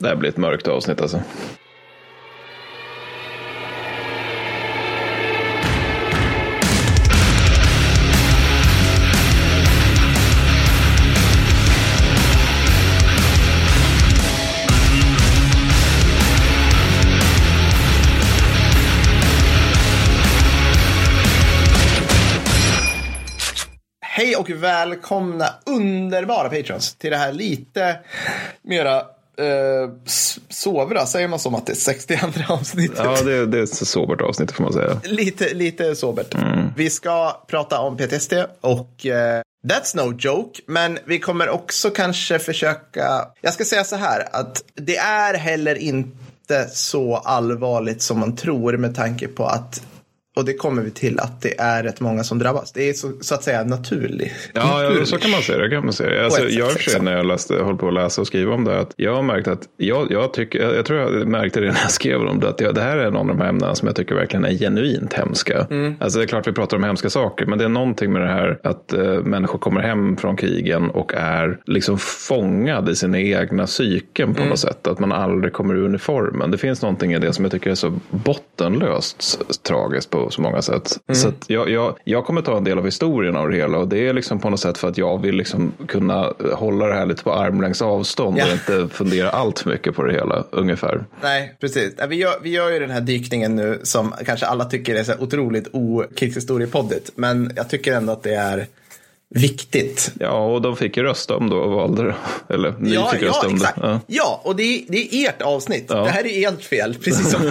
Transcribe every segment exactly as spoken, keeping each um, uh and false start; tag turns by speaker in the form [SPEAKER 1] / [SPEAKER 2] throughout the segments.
[SPEAKER 1] Det här blir ett mörkt avsnitt alltså.
[SPEAKER 2] Hej och välkomna underbara patrons till det här lite mera eh, sovra, säger man som att det är sextioandra avsnittet.
[SPEAKER 1] Ja, det, det är ett sobert avsnitt får man säga.
[SPEAKER 2] Lite, lite sobert.
[SPEAKER 1] Mm.
[SPEAKER 2] Vi ska prata om P T S D och eh, that's no joke, men vi kommer också kanske försöka, jag ska säga så här, att det är heller inte så allvarligt som man tror med tanke på att, och det kommer vi till, att det är rätt många som drabbas. Det är så, så att säga naturligt.
[SPEAKER 1] Ja, ja, så kan man säga det. Kan man säga. Alltså, jag för sig, när jag läste, höll på att läsa och skriva om det, att jag har märkt att jag, jag tycker, jag, jag tror jag märkte det när jag skrev om det, att jag, det här är någon av de här ämnena som jag tycker verkligen är genuint hemska. Mm. Alltså det är klart vi pratar om hemska saker, men det är någonting med det här att uh, människor kommer hem från krigen och är liksom fångad i sina egna psyken på mm. något sätt. Att man aldrig kommer ur uniformen. Det finns någonting i det som jag tycker är så bottenlöst tragiskt på så många sätt. Mm. Så att jag, jag, jag kommer ta en del av historien av det hela, och det är liksom på något sätt för att jag vill liksom kunna hålla det här lite på armlängds avstånd ja. och inte fundera allt för mycket på det hela, ungefär.
[SPEAKER 2] Nej, precis. Vi gör, vi gör ju den här dykningen nu som kanske alla tycker är så otroligt okrigshistoriepoddigt, men jag tycker ändå att det är viktigt.
[SPEAKER 1] Ja, och de fick ju rösta om då och valde det. Eller ni
[SPEAKER 2] ja,
[SPEAKER 1] fick rösta
[SPEAKER 2] ja,
[SPEAKER 1] om
[SPEAKER 2] exakt.
[SPEAKER 1] det. Ja,
[SPEAKER 2] ja och det är, det är ert avsnitt.
[SPEAKER 1] Ja.
[SPEAKER 2] Det här är helt fel, precis som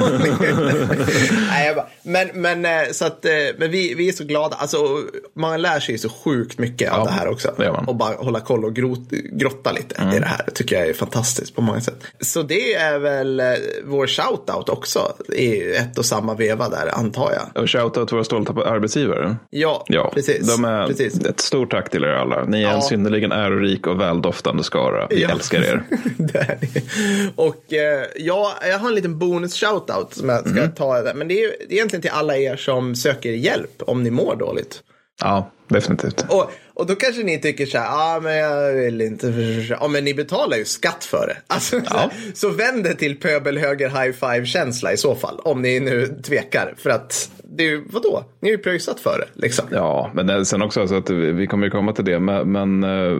[SPEAKER 2] Nej, jag bara, men, men, så att, men vi, vi är så glada. Alltså, man lär sig så sjukt mycket ja, av det här också. Det och bara hålla koll och grot, grotta lite mm. i det här. Det tycker jag är fantastiskt på många sätt. Så det är väl vår shoutout också i ett och samma veva där, antar jag.
[SPEAKER 1] Och shoutout till våra stolta arbetsgivare.
[SPEAKER 2] Ja, ja precis.
[SPEAKER 1] De är
[SPEAKER 2] precis.
[SPEAKER 1] Ett stort tack till er alla. Ni är ja. en synnerligen ärorik och väldoftande skara. Vi ja. älskar er.
[SPEAKER 2] Det är det. Och eh, ja, jag har en liten bonus shoutout som jag ska mm. ta där. Men det är, det är egentligen till alla er som söker hjälp om ni mår dåligt.
[SPEAKER 1] Ja, definitivt.
[SPEAKER 2] Och, och då kanske ni tycker så här, ja ah, men jag vill inte för... Ja, men ni betalar ju skatt för det. Alltså, ja. så, så vänd det till pöbelhöger high five känsla i så fall, om ni nu tvekar. För att det är ju, vadå? Ni är ju pröjsat för det, liksom.
[SPEAKER 1] Ja, men sen också så att vi, vi kommer ju komma till det, men, men äh,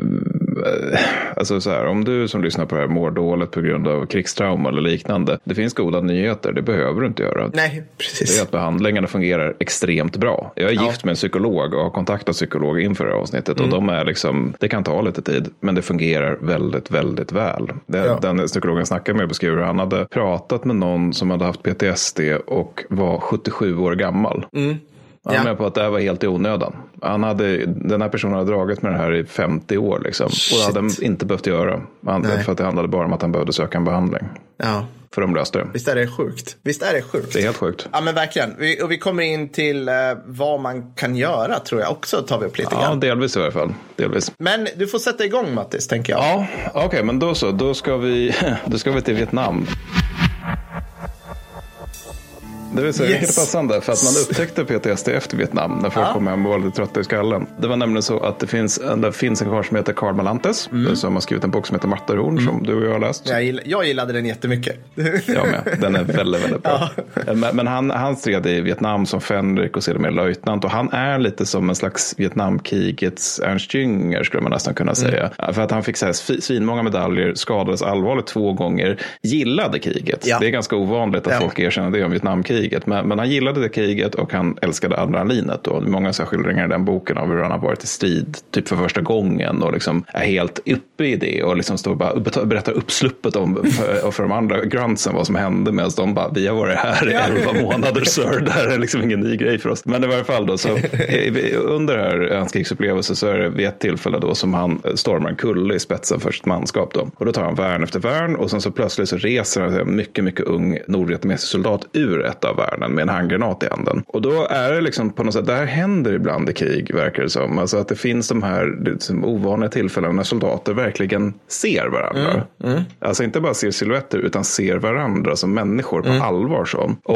[SPEAKER 1] alltså så här, om du som lyssnar på det här mår dåligt på grund av krigstrauma eller liknande, det finns goda nyheter, det behöver du inte göra.
[SPEAKER 2] Nej, precis.
[SPEAKER 1] Det är att behandlingarna fungerar extremt bra. Jag är ja. gift med en psykolog och har kontaktat psykolog inför det här avsnittet mm. och de är liksom, det kan ta lite tid, men det fungerar väldigt, väldigt väl. Det, ja. Den psykologen snackade med beskriver hur han hade pratat med någon som hade haft P T S D och var sjuttiosju år gammal. Mm. Han ja. med på att det här var helt i onödan. Han hade, den här personen hade dragit med det här i femtio år liksom. Shit. Och det hade han inte behövt göra. Han, för att det handlade bara om att han behövde söka en behandling. Ja. För de löste det.
[SPEAKER 2] Visst är det sjukt? Visst är det sjukt?
[SPEAKER 1] Det är helt sjukt.
[SPEAKER 2] Ja, men verkligen. Vi, och vi kommer in till eh, vad man kan göra, tror jag också, tar vi upp lite grann.
[SPEAKER 1] Ja, delvis i alla fall. Delvis.
[SPEAKER 2] Men du får sätta igång, Mattis, tänker jag.
[SPEAKER 1] Ja, okej, okay, men då så. Då ska vi, då ska vi till Vietnam. Det vill säga, yes. vilket passande, för att man upptäckte P T S D efter Vietnam när folk ja. kom hem och var lite trötta i skallen. Det var nämligen så att det finns, det finns en karl som heter Karl Malantes mm. som har skrivit en bok som heter Matterhorn mm. som du och jag har läst.
[SPEAKER 2] Jag, gill, jag gillade den jättemycket.
[SPEAKER 1] Jag med, den är väldigt, väldigt bra. Ja. Men, men han, han stred i Vietnam som fänrik och sedermera löjtnant, och han är lite som en slags Vietnamkrigets Ernst Jünger, skulle man nästan kunna säga. Mm. För att han fick så här svinmånga medaljer, skadades allvarligt två gånger, gillade kriget. Ja. Det är ganska ovanligt att ja. folk erkänner det om Vietnamkriget. Men, men han gillade det kriget och han älskade adrenalinet. Och många så skildringar i den boken av hur han har varit i strid typ för första gången och liksom är helt uppe i det och liksom står och bara berättar uppsluppet om för, för de andra grunsen vad som hände medan de bara, vi har varit här i elva månader, sir. Det här är liksom ingen ny grej för oss. Men i varje fall då, så under det här hans krigsupplevelse så är det vid ett tillfälle då som han stormar en kulle i spetsen för sitt manskap då. Och då tar han värn efter värn och sen så plötsligt så reser han en mycket, mycket ung nordvietnamesisk soldat ur ett av världen med en handgranat i handen. Och då är det liksom på något sätt, det här händer ibland i krig, verkar det som. Alltså att det finns de här liksom ovanliga tillfällen när soldater verkligen ser varandra. Mm, mm. Alltså inte bara ser silhuetter utan ser varandra som människor på mm. allvar som. Och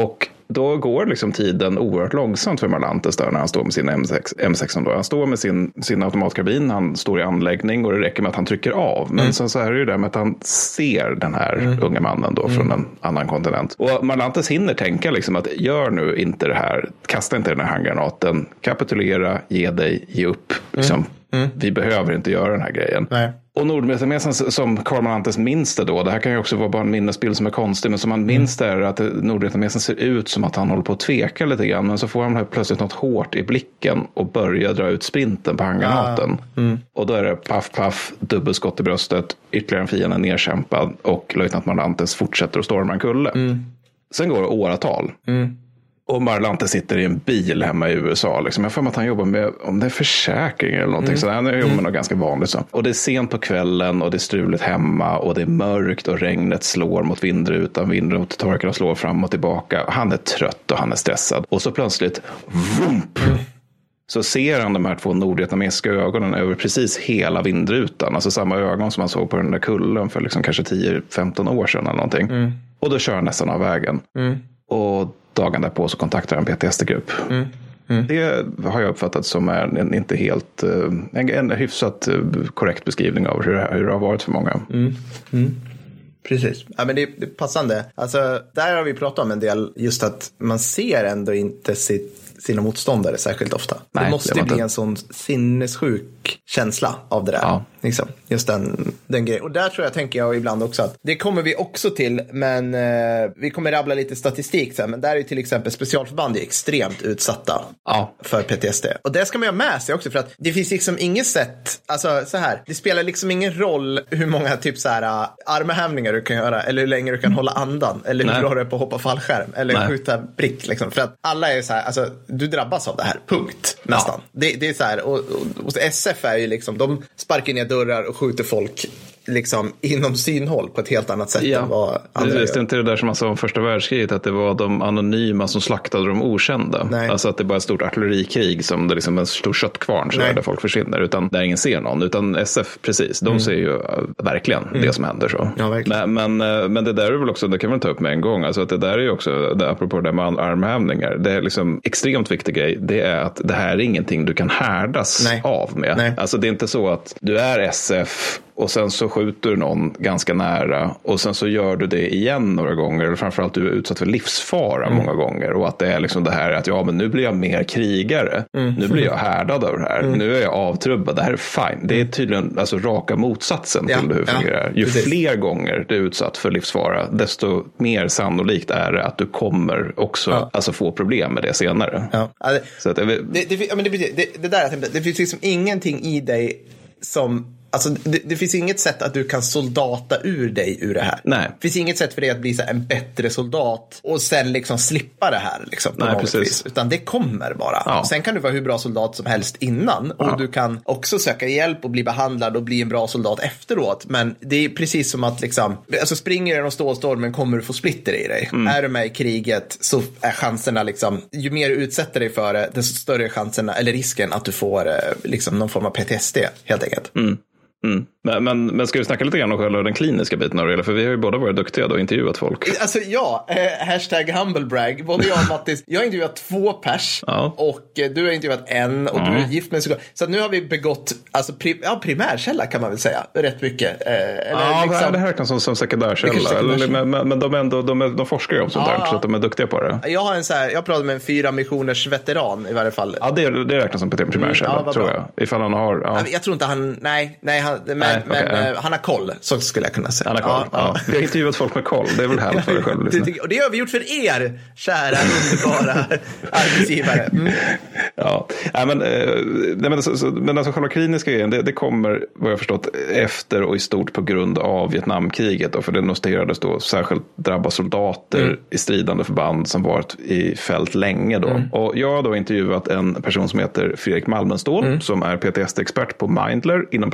[SPEAKER 1] då går liksom tiden oerhört långsamt för Marlantes där när han står med sin M sex, M sexton då. Han står med sin, sin automatkarbin, han står i anläggning och det räcker med att han trycker av. Men mm. så, så är det ju det med att han ser den här mm. unga mannen då mm. från en annan kontinent. Och Marlantes hinner tänka liksom att gör nu inte det här, kasta inte den här handgranaten, kapitulera, ge dig, ge upp. Liksom. Mm. Mm. Vi behöver inte göra den här grejen. Nej. Och Nordvietnamesen som Karl Marlantes minns det då, det här kan ju också vara bara en minnesbild som är konstig, men som han minns det är att Nordvietnamesen ser ut som att han håller på att tveka lite grann, men så får han plötsligt något hårt i blicken och börjar dra ut sprinten på handgranaten. Ah. Mm. Och då är det paff, paff, dubbelskott i bröstet, ytterligare en fiende nedkämpad och löjtnant Marlantes fortsätter att storma en kulle. Mm. Sen går det åratal. Mm. Och Marlantes sitter i en bil hemma i U S A. Liksom. Jag får att han jobbar med, om det är försäkring eller någonting. Mm. Så han jobbar med något ganska vanligt. Så. Och det är sent på kvällen och det är struligt hemma. Och det är mörkt och regnet slår mot vindrutan. Vindrutan slår fram och tillbaka. Han är trött och han är stressad. Och så plötsligt, vump! Mm. Så ser han de här två nordvietnamesiska ögonen över precis hela vindrutan. Alltså samma ögon som han såg på den där kullen för liksom kanske tio femton år sedan eller någonting. Mm. Och då kör han nästan av vägen. Mm. Och dagen därpå så kontaktar en P T S D-grupp. Mm. Mm. Det har jag uppfattat som är en inte helt en, en hyfsat korrekt beskrivning av hur det, hur det har varit för många. Mm. Mm.
[SPEAKER 2] Precis. Ja, men det är, det är passande. Alltså, där har vi pratat om en del, just att man ser ändå inte sitt, sina motståndare särskilt ofta. Nej, det måste det bli inte. En sån sinnessjuk känsla av det där. Ja. Liksom. Just den, den grejen. Och där tror jag, tänker jag ibland också att det kommer vi också till, men eh, vi kommer rabbla lite statistik sen, men där är ju till exempel specialförband är extremt utsatta ja. För P T S D. Och det ska man ju ha med sig också, för att det finns liksom inget sätt, alltså så här, det spelar liksom ingen roll hur många typ så här uh, armhävningar du kan göra, eller hur länge du kan hålla andan, eller hur bra du är på att hoppa fallskärm, eller Nej. Skjuta brick liksom, för att alla är så här, alltså du drabbas av det här, punkt, nästan. Ja. Det, det är så här, och, och, och S F är ju liksom, de sparkar ner dörrar och skjuter folk liksom inom synhåll på ett helt annat sätt ja. Än vad andra
[SPEAKER 1] gör. Det är inte det där som man sa om första världskriget, att det var de anonyma som slaktade de okända. Nej. Alltså att det bara är ett stort artillerikrig som det är liksom en stor köttkvarn så där folk försvinner, utan där ingen ser någon, utan S F precis, de mm. ser ju uh, verkligen mm. det som händer så. Ja, verkligen. Men, men, uh, men det där är väl också, det kan man ta upp med en gång, alltså att det där är ju också, det, apropå det med armhävningar, det är liksom extremt viktig grej, det är att det här är ingenting du kan härdas Nej. Av med. Nej. Alltså det är inte så att du är S F och sen så skjuter någon ganska nära och sen så gör du det igen några gånger, eller framförallt du är utsatt för livsfara mm. många gånger, och att det är liksom det här att ja, men nu blir jag mer krigare, mm. nu blir jag härdad av det här, mm. nu är jag avtrubbad, det här är fine. Det är tydligen alltså raka motsatsen ja. Till hur det fungerar. Ju Precis. Fler gånger du är utsatt för livsfara, desto mer sannolikt är det att du kommer också ja. Alltså få problem med det senare. Ja.
[SPEAKER 2] Alltså, så att det, det, det, men det, det, det där, det finns liksom ingenting i dig som Alltså det, det finns inget sätt att du kan soldata ur dig ur det här. Nej. Det finns inget sätt för dig att bli så en bättre soldat och sen liksom slippa det här liksom, på Nej, precis. Vis. Utan det kommer bara. Ja. Sen kan du vara hur bra soldat som helst innan och ja. Du kan också söka hjälp och bli behandlad och bli en bra soldat efteråt. Men det är precis som att liksom, alltså springer genom stålstormen kommer du få splitter i dig. Mm. Är du med i kriget så är chanserna liksom, ju mer du utsätter dig för det, desto större är chanserna eller risken att du får liksom någon form av P T S D helt enkelt. Mm.
[SPEAKER 1] Mm. Men, men, men ska vi snacka lite grann om själva den kliniska biten av det, för vi har ju båda varit duktiga och intervjuat folk.
[SPEAKER 2] Alltså ja, eh, hashtag humblebrag. Både jag och Mattis, jag har intervjuat två pers ja. Och eh, du har intervjuat en och mm. du är gift med en. Så nu har vi begått, alltså prim, ja, primärkälla kan man väl säga, rätt mycket. Eh, eller
[SPEAKER 1] ja, liksom, det här räknas som, som sekundärkälla. Eller, men, men, men de, är ändå, de, är, de forskar ju om sånt ja. Där, så att de är duktiga på det.
[SPEAKER 2] Jag har en så här, jag pratade med en fyra missioners veteran i varje fall.
[SPEAKER 1] Ja, det, det räknas som primärkälla, mm, ja, tror jag. Ifall han har, ja.
[SPEAKER 2] Jag tror inte han, nej, nej, han, men, nej men okay, uh, han har koll, så skulle jag kunna säga.
[SPEAKER 1] Han har koll, ja. Ja. Vi har intervjuat folk med koll, det är väl härligt för dig själv.
[SPEAKER 2] Det, och det har vi gjort för er, kära underbara arbetsgivare. Mm.
[SPEAKER 1] Ja, nej, men, nej, men, så, så, men alltså själva kliniska grejen, det, det kommer, vad jag förstått, efter och i stort på grund av Vietnamkriget. Då, för det noterades då särskilt drabba soldater mm. i stridande förband som varit i fält länge. Då. Mm. Och jag har då intervjuat en person som heter Fredrik Malmenstål, mm. som är P T S D-expert på Mindler, inom parentes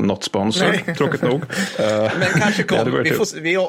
[SPEAKER 1] not sponsor, tråkigt nog.
[SPEAKER 2] Men kanske kommer. Ja, vi får, vi...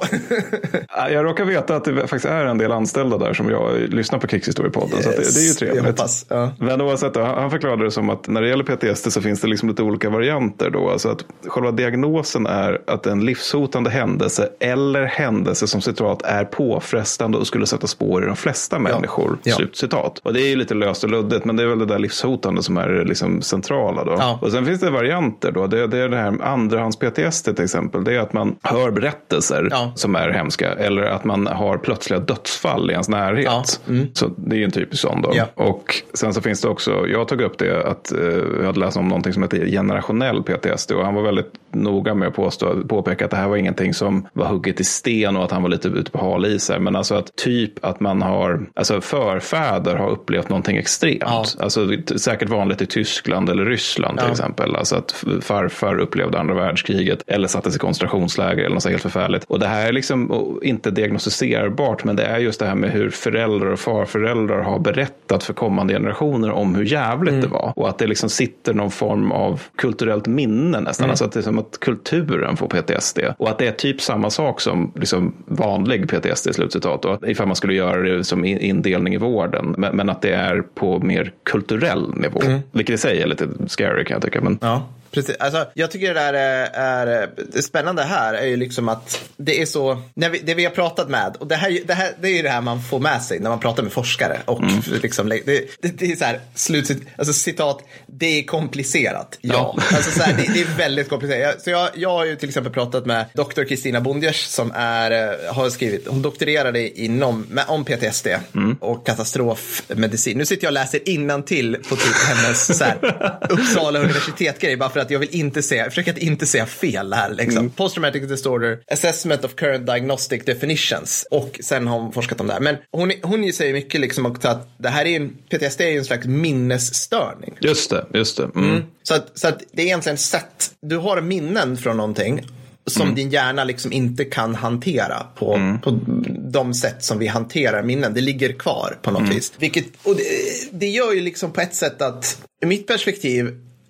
[SPEAKER 1] jag råkar veta att det faktiskt är en del anställda där som jag lyssnar på Krigshistoriepodden, yes, så det, det är ju trevligt.
[SPEAKER 2] Hoppas, ja.
[SPEAKER 1] Men oavsett då, han förklarade det som att när det gäller P T S D så finns det liksom lite olika varianter då. Alltså att själva diagnosen är att en livshotande händelse eller händelse som citat är påfrestande och skulle sätta spår i de flesta människor. Ja. Slutcitat. Och det är ju lite löst och luddigt, men det är väl det där livshotande som är liksom centrala då. Ja. Och sen finns det varianter då. Det, det är det här andrahands P T S D till exempel. Det är att man hör berättelser ja. som är hemska eller att man har plötsliga dödsfall i ens närhet. Ja. Mm. Så det är ju en typisk sån då. Ja. Och sen så finns det också, jag tog upp det att eh, jag hade läst om någonting som heter generationell P T S D och han var väldigt noga med att påstå, påpeka att det här var ingenting som var hugget i sten och att han var lite ute på hal is här. Men alltså att typ att man har, alltså förfäder har upplevt någonting extremt. Ja. Alltså säkert vanligt i Tyskland eller Ryssland till ja. exempel. Alltså att farfar upplevde andra världskriget eller sattes i koncentrationsläger eller något så helt förfärligt. Och det här är liksom inte diagnostiserbart, men det är just det här med hur föräldrar och farföräldrar har berättat för kommande generationer om hur jävligt mm. det var. Och att det liksom sitter någon form av kulturellt minne nästan. Mm. Alltså att det är som att kulturen får P T S D. Och att det är typ samma sak som liksom vanlig P T S D, slutcitat. Och ifall man skulle göra det som indelning i vården. Men, men att det är på mer kulturell nivå. Mm. Vilket i sig är lite scary kan jag tycka. Men...
[SPEAKER 2] Ja. Precis. Alltså, jag tycker det där är, är det spännande här är ju liksom att det är så, när vi, det vi har pratat med, och det här, det här det är ju det här man får med sig när man pratar med forskare och mm. liksom, det, det, det är så här slut, alltså citat, det är komplicerat. Ja, ja. Alltså så här, det, det är väldigt komplicerat. Så jag, jag har ju till exempel pratat med doktor Kristina Bondjes som är, har skrivit, hon doktorerade inom, med, om P T S D mm. och katastrofmedicin. Nu sitter jag och läser innantill på typ hennes så här, Uppsala universitetsgrej bara för att jag vill inte säga, jag försöker att inte säga fel här liksom. Mm. Post-traumatic disorder, assessment of current diagnostic definitions, och sen har hon forskat om det här. Men hon, hon säger mycket liksom också att det här är en, P T S D är en slags minnesstörning.
[SPEAKER 1] Just det, just det. Mm.
[SPEAKER 2] Mm. Så, att, så att det är egentligen sätt, du har minnen från någonting som mm. din hjärna liksom inte kan hantera på, mm. på de sätt som vi hanterar minnen. Det ligger kvar på något mm. vis. Vilket, och det, det gör ju liksom på ett sätt att, i mitt perspektiv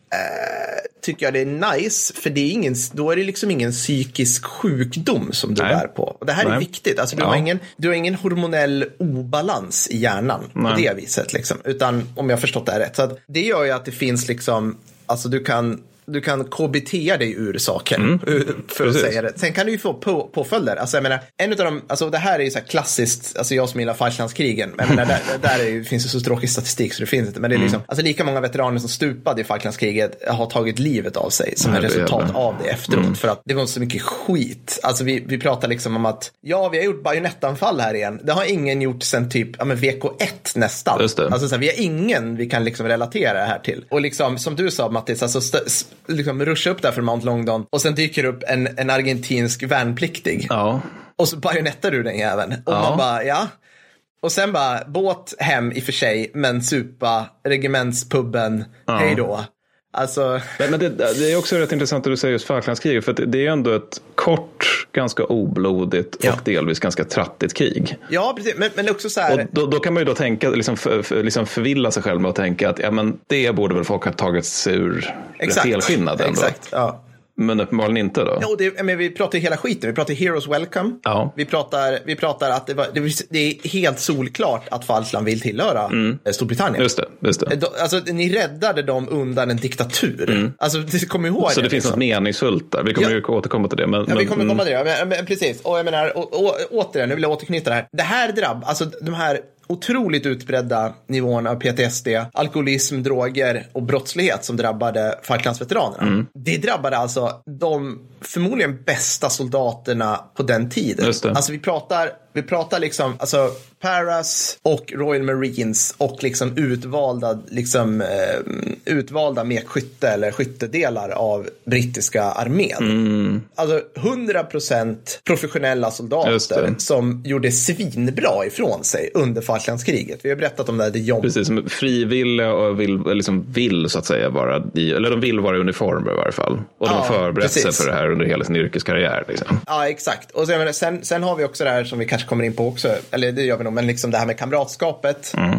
[SPEAKER 2] Uh, tycker jag det är nice, för det är ingen, då är det liksom ingen psykisk sjukdom som du Nej. bär på. Och det här Nej. är viktigt. Alltså, du, ja. har ingen, du har ingen hormonell obalans i hjärnan Nej. på det viset. Liksom. Utan, om jag har förstått det här rätt. Så att det gör ju att det finns liksom, alltså du kan du kan K B T dig ur saker mm. för Precis. att säga det. Sen kan du ju få på, påföljder. Alltså jag menar, en av dem, alltså det här är ju så här klassiskt, alltså jag som gillar Falklandskrigen, men där, där är ju, finns det så tråkig statistik så det finns inte, men det är liksom, mm. alltså lika många veteraner som stupade i Falklandskriget har tagit livet av sig som en resultat jävla. av det efteråt, mm. för att det var så mycket skit. Alltså vi, vi pratar liksom om att ja, vi har gjort bajonettanfall här igen. Det har ingen gjort sen typ, ja men V K ett nästan. Alltså så här, vi har ingen vi kan liksom relatera det här till. Och liksom, som du sa Mattis, alltså st- liksom ruscha upp där från Mount Longdon och sen dyker upp en, en argentinsk värnpliktig. Ja. Och så bajonettar du den jäveln. Och ja. man bara, ja. Och sen bara, båt hem i och för sig, men supa, regementspubben, ja. hej då. Alltså...
[SPEAKER 1] Men det, det är också rätt intressant att du säger just Falklandskriget, för det är ändå ett kort, ganska oblodigt ja. och delvis ganska trattigt krig.
[SPEAKER 2] Ja, precis. Men, men också så här...
[SPEAKER 1] Och då, då kan man ju då tänka, liksom, för, för, liksom förvilla sig själv med att tänka att ja, men det borde väl folk ha tagit sig ur rätt helskillnad ändå.
[SPEAKER 2] Exakt, ja.
[SPEAKER 1] Men uppenbarligen inte då.
[SPEAKER 2] Ja, det, men vi pratar hela skiten. Vi pratar Heroes Welcome. Ja. Vi pratar, vi pratar att det, var, det, det är helt solklart att Falkland vill tillhöra mm. Storbritannien.
[SPEAKER 1] Just det, just det.
[SPEAKER 2] Alltså, ni räddade dem undan en diktatur. Mm. Alltså, det kommer ihåg.
[SPEAKER 1] Så det, det finns liksom. något meningsfullt där. Vi kommer ja. ju återkomma till det. Men,
[SPEAKER 2] ja,
[SPEAKER 1] men,
[SPEAKER 2] vi kommer komma till det. Men, men, precis. Och jag menar, och, och, återigen, nu vill jag återknyta det här. Det här drabb, alltså de här otroligt utbredda nivån av P T S D, alkoholism, droger och brottslighet som drabbade Falklandsveteranerna. Mm. Det drabbade alltså de förmodligen bästa soldaterna på den tiden. Alltså vi pratar, vi pratar liksom, alltså Paras och Royal Marines och liksom utvalda liksom, eh, utvalda mekskytte eller skyttedelar av brittiska armén. Mm. Alltså hundra procent professionella soldater som gjorde svinbra ifrån sig under Falklandskriget. Vi har berättat om det här, det jobb.
[SPEAKER 1] Precis, som frivilliga och vill, liksom vill så att säga vara i, eller de vill vara i uniformer i varje fall. Och de ja, förberett sig för det här under hela sin yrkeskarriär. Liksom.
[SPEAKER 2] Ja, exakt. Och sen, sen, sen har vi också det här som vi kanske kommer in på också, eller det gör vi nog, men liksom det här med kamratskapet. Mm.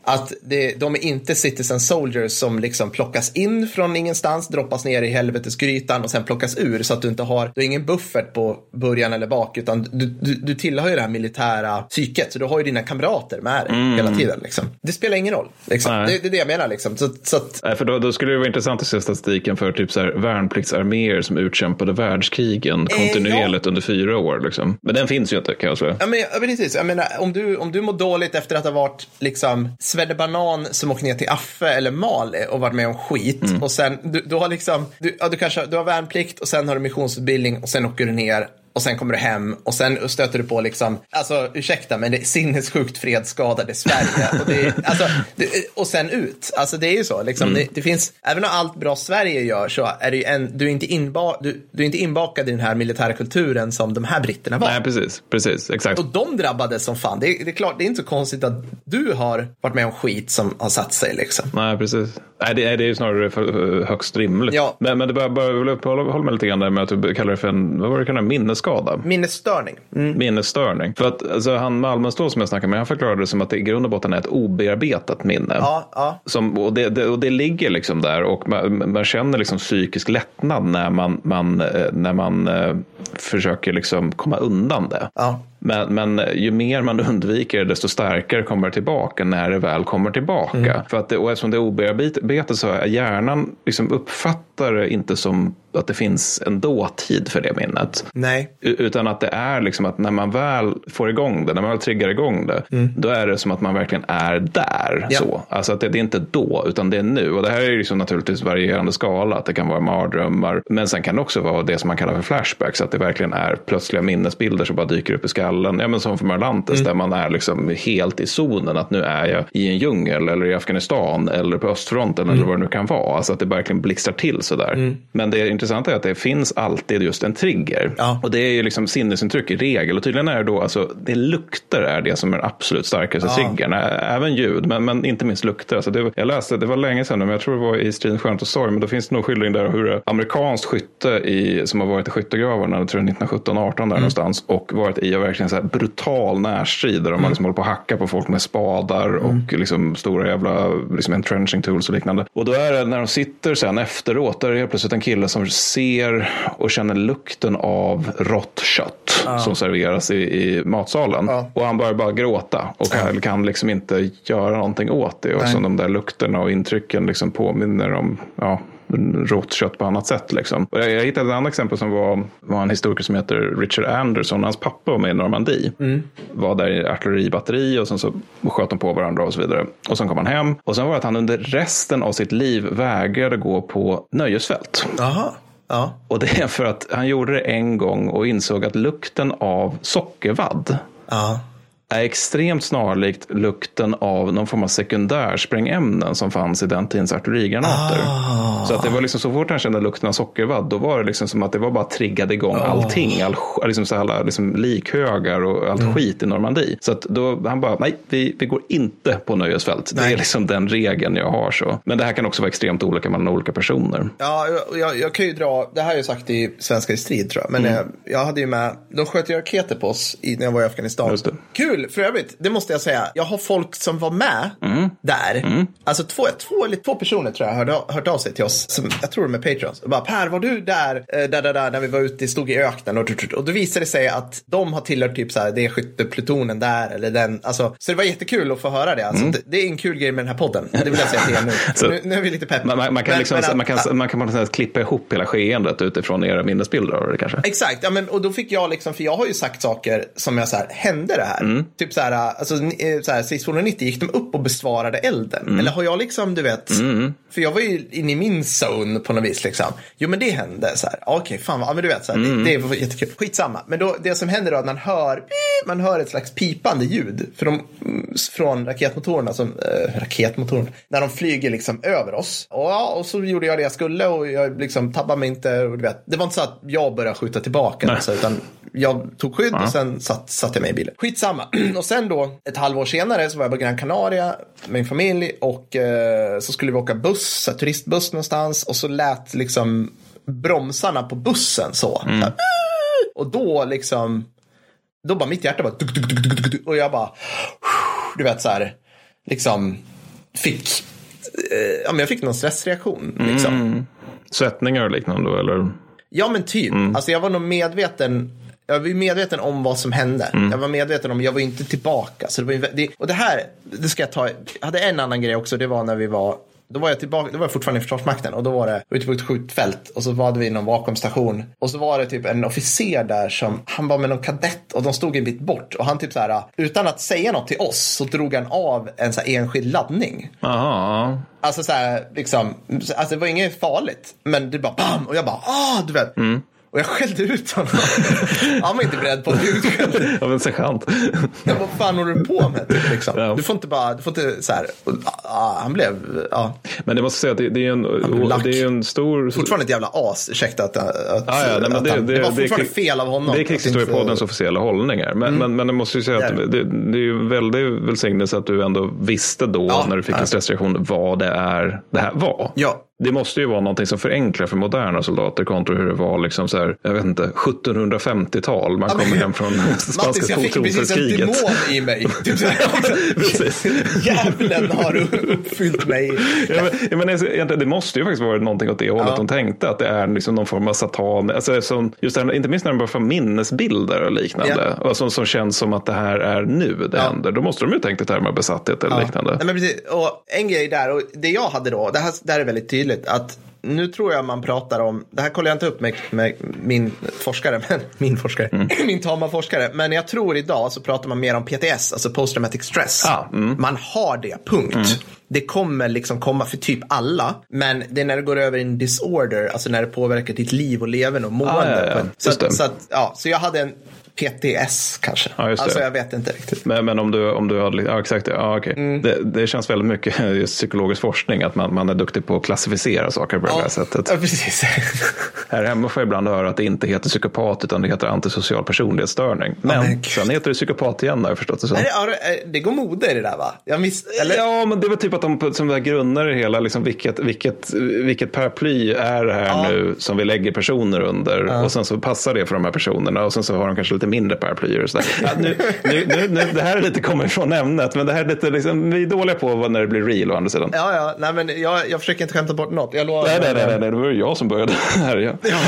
[SPEAKER 2] att det, de är inte citizen soldiers som liksom plockas in från ingenstans, droppas ner i helvetesgrytan och sen plockas ur, så att du inte har, du har ingen buffert på början eller bak, utan du, du, du tillhör ju det här militära psyket, så du har ju dina kamrater med dig mm. hela tiden liksom. Det spelar ingen roll liksom. det, det är det jag menar liksom. så, så att...
[SPEAKER 1] Nej, för då, då skulle det vara intressant att se statistiken för typ så här värnpliktsarméer som utkämpade världskrigen kontinuerligt eh, ja. under fyra år liksom. Men den finns ju inte, kan jag säga.
[SPEAKER 2] Ja, men, ja, precis. Jag menar, om du, om du mår dåligt efter att ha varit liksom Sveddebanan som åker ner till Affe eller Mali och varit med om skit mm. och sen, du, du har liksom du, ja, du kanske, du har värnplikt och sen har du missionsutbildning och sen åker du ner och sen kommer du hem och sen stöter du på liksom, alltså ursäkta, men det är sinnessjukt fredsskadade Sverige och, det, alltså, det, och sen ut, alltså det är ju så liksom, mm. det, det finns, även om allt bra Sverige gör, så är det ju en, du är inte inba, du, du är inte inbakad i den här militära kulturen som de här britterna var.
[SPEAKER 1] Nej, precis, precis, exakt.
[SPEAKER 2] Och de drabbades som fan, det är, det är klart, det är inte så konstigt att du har varit med om skit som har satt sig liksom.
[SPEAKER 1] Nej, precis. Nej, det, det är ju snarare för, högst rimligt. Ja. Men, men det bara, bara uppehålla mig lite grann där med att du kallar det för en, vad var det, kan det, minnesskada?
[SPEAKER 2] Minnesstörning. Mm.
[SPEAKER 1] Minnesstörning. För att alltså, han Malmenstå som jag snackade med, han förklarade det som att det i grund och botten är ett obearbetat minne.
[SPEAKER 2] Ja, ja.
[SPEAKER 1] Som, och, det, det, och det ligger liksom där och man, man känner liksom psykisk lättnad när man, man, när man eh, försöker liksom komma undan det.
[SPEAKER 2] Ja.
[SPEAKER 1] Men, men ju mer man undviker, desto starkare kommer det tillbaka när det väl kommer tillbaka. Mm. För att det, och eftersom det är obearbetat så är hjärnan liksom uppfattar det inte som att det finns en dåtid för det minnet.
[SPEAKER 2] Nej.
[SPEAKER 1] Utan att det är liksom att när man väl får igång det, när man väl triggar igång det, mm. då är det som att man verkligen är där. Ja. Så. Alltså att det, det är inte då, utan det är nu. Och det här är ju liksom naturligtvis varierande skala, att det kan vara mardrömmar. Men sen kan det också vara det som man kallar för flashbacks, att det verkligen är plötsliga minnesbilder som bara dyker upp i skallen. Ja, men som för Marlantes, mm. där man är liksom helt i zonen, att nu är jag i en djungel eller i Afghanistan eller på östfronten mm. eller vad det nu kan vara. Alltså att det verkligen blixtrar till sådär. Mm. Men det intressanta är att det finns alltid just en trigger. Ja. Och det är ju liksom sinnesintryck i regel. Och tydligen är det då, alltså det lukter är det som är absolut starkaste ja. triggern. Även ljud, men, men inte minst lukter. Alltså det, jag läste, det var länge sedan, men jag tror det var i Striden Skönt och Sorg, men då finns det nog skildring där hur amerikanskt skytte i, som har varit i skyttegravarna, jag tror nittonhundrasjutton arton där mm. någonstans, och varit i och verkligen så här brutal närstrid där de mm. har liksom hållit på att hacka på folk med spadar mm. och liksom stora jävla liksom entrenching tools och liknande. Och då är det när de sitter sen efteråt, där är det plötsligt en kille som ser och känner lukten av rått kött ah. som serveras i, i matsalen. Ah. Och han börjar bara gråta och kan, kan liksom inte göra någonting åt det. Och så de där lukterna och intrycken liksom påminner om, ja, rått kött på annat sätt liksom. Och jag, jag hittade ett annat exempel som var, var en historiker som heter Richard Anderson. Hans pappa var med i Normandie. Mm. Var där i artilleribatteri och sen så sköt de på varandra och så vidare. Och sen kom han hem. Och sen var det att han under resten av sitt liv vägrade gå på nöjesfält.
[SPEAKER 2] Aha. Ja.
[SPEAKER 1] Och det är för att han gjorde det en gång och insåg att lukten av sockervadd
[SPEAKER 2] ja.
[SPEAKER 1] är extremt snarlikt lukten av någon form av sekundärsprängämnen som fanns i den tidens artillerigranater. Oh. Så att det var liksom, så fort han kände lukten av sockervadd, då var det liksom som att det var bara triggade igång oh. allting, all, liksom så alla liksom likhögar och allt mm. skit i Normandie. Så att då han bara, nej, vi, vi går inte på nöjesfält. Nej. Det är liksom den regeln jag har så. Men det här kan också vara extremt olika mellan olika personer.
[SPEAKER 2] Ja, jag, jag kan ju dra, det här har jag sagt i Svenska i strid tror jag, men mm. jag, jag hade ju med, de sköt ju raketer på oss i, när jag var i Afghanistan. Just det. Kul! För övrigt, det måste jag säga. Jag har folk som var med mm. där. Mm. Alltså två, två, eller två personer tror jag hörde, hört av sig till oss. Som, jag tror de är Patreons. Och bara, Per, var du där, där, där, där när vi var ute, stod i öknen? Och, och då visade det sig att de har tillhört typ så här, det är skytteplutonen där. Eller den, alltså, så det var jättekul att få höra det. Alltså, mm. det. Det är en kul grej med den här podden. Det vill jag säga till er nu. Så, nu, nu är vi lite pepp. Man,
[SPEAKER 1] man kan men, liksom, men, man kan, att, man kan man kan klippa ihop hela skeendet utifrån era minnesbilder av det kanske.
[SPEAKER 2] Exakt, ja, men, och då fick jag liksom, för jag har ju sagt saker som jag så här, hände det här. Mm. Typ så här, alltså så här, sexhundranittio gick de upp och besvarade elden. Mm. Eller har jag liksom, du vet, mm. för jag var ju inne i min zone på något vis liksom. Jo, men det hände så här. Okej, okay, fan, ja, men du vet så här, mm. det, det var jättekul. Skitsamma. Men då, det som händer då att man hör, man hör ett slags pipande ljud för de, från raketmotorerna som, äh, raketmotorerna, när de flyger liksom över oss. Och, ja, och så gjorde jag det jag skulle och jag liksom tabbade mig inte, och du vet, det var inte så att jag började skjuta tillbaka alltså, utan jag tog skydd ja. och sen satt, satt jag mig i bilen. Skitsamma. Och sen då, ett halvår senare så var jag på Gran Canaria med min familj och eh, så skulle vi åka buss, turistbuss någonstans, och så lät liksom bromsarna på bussen så. Mm. så och då liksom då bara mitt hjärta bara och jag bara du vet så här liksom fick eh, ja, men jag fick någon stressreaktion liksom.
[SPEAKER 1] Mm. Svettningar och liknande då, eller?
[SPEAKER 2] Ja, men typ. Mm. Alltså jag var nog medveten Jag var medveten om vad som hände. Mm. Jag var medveten om, jag var inte tillbaka. Så det var, det, och det här, det ska jag ta. Jag hade en annan grej också, det var när vi var, då var jag tillbaka, då var jag fortfarande i Försvarsmakten. Och då var det ute på ett skjutfält. Och så var vi i någon vakuumstation. Och så var det typ en officer där som, han var med någon kadett. Och de stod en bit bort. Och han typ så här, utan att säga något till oss, så drog han av en så här enskild laddning.
[SPEAKER 1] Aha.
[SPEAKER 2] Alltså så här, liksom, alltså det var inget farligt. Men det bara bam, och jag bara, ah, du vet. Mm. Och jag skällde ut honom. Han var inte beredd på att utskälla.
[SPEAKER 1] Ja, men sergeant.
[SPEAKER 2] Ja, vad fan håller du på med? Typ, liksom. Ja. Du får inte bara, du får inte så här. Ah, han blev, ja.
[SPEAKER 1] Men det måste säga att det, det är en, det är en stor.
[SPEAKER 2] Fortfarande ett jävla as, ursäkta att, att,
[SPEAKER 1] ah, ja, nej, men det,
[SPEAKER 2] han,
[SPEAKER 1] det,
[SPEAKER 2] det var
[SPEAKER 1] det,
[SPEAKER 2] fortfarande det, fel av honom.
[SPEAKER 1] Det är krigshistoriepoddens officiella hållningar. Men, mm. men, men det måste ju säga att det, det är ju väldigt välsignelse att du ändå visste då, ja, när du fick ja. en stressreaktion, vad det är det här var.
[SPEAKER 2] Ja.
[SPEAKER 1] Det måste ju vara någonting som förenklar för moderna soldater kontra hur det var liksom så här, jag vet inte, sjuttonhundrafemtiotal. Man ja, kommer hem från spanska
[SPEAKER 2] tronföljdskrriget. Jag fick precis en demon i mig. Typ så här, jävlen har uppfyllt mig.
[SPEAKER 1] Ja, men, men det måste ju faktiskt vara någonting åt det hållet. Ja. De tänkte att det är liksom någon form av satan. Alltså, som, just det här, inte minst när de bara får minnesbilder och liknande. Ja. Och som, som känns som att det här är nu det ja. händer. Då måste de ju tänka i termer av besatthet eller ja. liknande.
[SPEAKER 2] Nej, men precis. Och en grej där, och det jag hade då, det här, det här är väldigt tydligt. Att nu tror jag man pratar om, det här kollar jag inte upp med, med min forskare, men min forskare, mm. min tama forskare, men jag tror idag så pratar man mer om P T S, alltså post traumatic stress.
[SPEAKER 1] Ah, mm.
[SPEAKER 2] Man har det, punkt. Mm. Det kommer liksom komma för typ alla, men det är när det går över i en disorder, alltså när det påverkar ditt liv och leven och mående.
[SPEAKER 1] Ah, ja, ja.
[SPEAKER 2] Så, att, så, att, ja, så jag hade en P T S kanske.
[SPEAKER 1] Ja,
[SPEAKER 2] alltså jag vet inte riktigt.
[SPEAKER 1] Men, men om du om du hade ja exakt ja okej. Mm. Det, det känns väldigt mycket just psykologisk forskning att man, man är duktig på att klassificera saker på ja. det här sättet.
[SPEAKER 2] Ja, precis.
[SPEAKER 1] Här hemma får jag ibland höra att det inte heter psykopat utan det heter antisocial personlighetsstörning. Men oh, sen heter det psykopat igen har jag förstått det så.
[SPEAKER 2] Nej, det går mode i det där va? Jag miss, eller?
[SPEAKER 1] Ja, men det var typ att de som där grundar det hela liksom vilket vilket vilket paraply är det här ja. nu som vi lägger personer under ja. och sen så passar det för de här personerna och sen så har de kanske lite mindre paraplyer och sådär. Ja, nu, nu, nu, nu, det här är lite kommer från ämnet, men det här är lite liksom, vi är dåliga på när det blir real å andra sidan.
[SPEAKER 2] Ja, ja, nej men jag, jag försöker inte skämta bort något. Jag lovar,
[SPEAKER 1] nej, nej, nej, nej, nej, det var ju jag som började här. Ja.
[SPEAKER 2] Ja.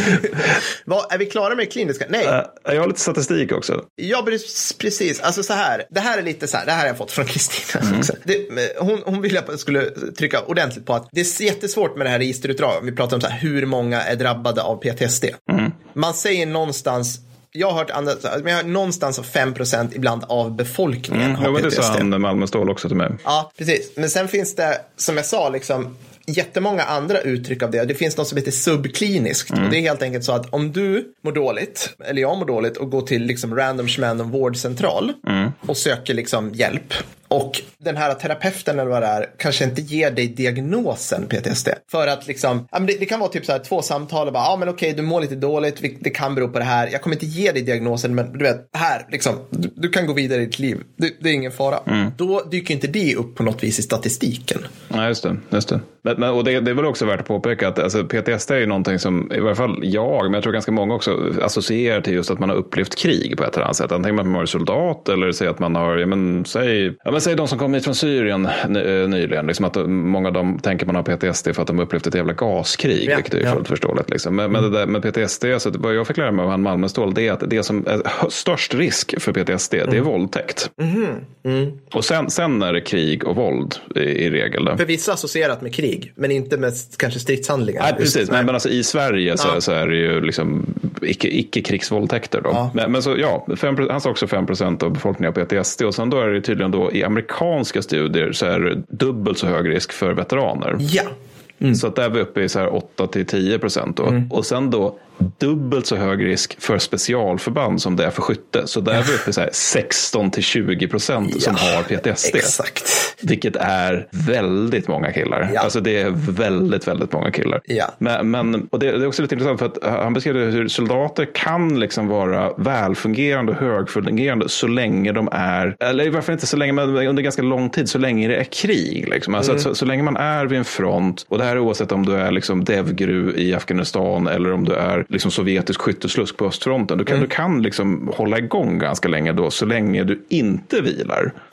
[SPEAKER 2] Vad, är vi klara med kliniska? Nej.
[SPEAKER 1] Uh, jag har lite statistik också.
[SPEAKER 2] Ja, precis. Alltså så här, det här är lite så här, det här har jag fått från Kristina. Mm. Det, hon, hon ville att jag skulle trycka ordentligt på att det är jättesvårt med det här registerutdraget. Vi pratar om så här, hur många är drabbade av P T S D. Mm. Man säger någonstans, jag har hört andra, men jag har någonstans av fem procent ibland av befolkningen
[SPEAKER 1] mm, har P T S D. Det sa han Malmö Stål också till mig.
[SPEAKER 2] Ja, precis. Men sen finns det, som jag sa, liksom jättemånga andra uttryck av det. Det finns något som heter subkliniskt. Mm. Och det är helt enkelt så att om du mår dåligt, eller jag mår dåligt och går till liksom random random vårdcentral mm. och söker liksom hjälp. Och den här terapeuten eller vad det är kanske inte ger dig diagnosen P T S D. För att liksom, ja, men det, det kan vara typ så här två samtal och bara, ja men okej, du mår lite dåligt, det kan bero på det här. Jag kommer inte ge dig diagnosen, men du vet, här liksom, du, du kan gå vidare i ditt liv. Det, det är ingen fara. Mm. Då dyker inte det upp på något vis i statistiken.
[SPEAKER 1] Ja, just det. Just det. Men, men, och det, det är väl också värt att påpeka att alltså, P T S D är ju någonting som, i varje fall jag, men jag tror ganska många också associerar till just att man har upplevt krig på ett eller annat sätt. Antingen att man är soldat eller säger att man har, ja men säg, ja, men säg de som kom hit från Syrien nyligen, liksom att många av dem tänker man har P T S D för att de upplevt ett jävla gaskrig, ja, vilket är ju ja. fullt förståeligt. Liksom. Men, mm. men det där med P T S D, alltså, vad jag fick lära mig av han Malmö Stål, det är att det som är störst risk för P T S D, mm. det är våldtäkt. Mm. Mm. Och sen, sen är det krig och våld i, i regel. Då.
[SPEAKER 2] För vissa associerat med krig, men inte med kanske stridshandlingar.
[SPEAKER 1] Nej, precis. Men, men alltså, i Sverige så, ja. så är det ju liksom icke, icke-krigsvåldtäkter. Då. Ja. Men, men så, ja, fem, han sa också fem procent av befolkningen har P T S D. Och sen då är det tydligen då i amerikanska studier så är det dubbelt så hög risk för veteraner.
[SPEAKER 2] Ja.
[SPEAKER 1] Mm. Så att där är vi uppe i så här åtta till tio procent. Mm. Och sen då dubbelt så hög risk för specialförband som det är för skytte. Så där är vi uppe i så här sexton till tjugo procent ja, som har P T S D.
[SPEAKER 2] Exakt.
[SPEAKER 1] Vilket är väldigt många killar. Ja. Alltså det är väldigt, väldigt många killar.
[SPEAKER 2] Ja.
[SPEAKER 1] Men, men, och det, det är också lite intressant för att han beskrev hur soldater kan liksom vara välfungerande och högfungerande så länge de är, eller i varje fall inte så länge, men under ganska lång tid, så länge det är krig. Liksom. Alltså mm. så, så länge man är vid en front, och det här är oavsett om du är liksom Devgru i Afghanistan eller om du är liksom sovjetisk skytteslusk på östfronten. Du kan, mm. du kan liksom hålla igång ganska länge då, så länge du inte vilar.
[SPEAKER 2] Ja.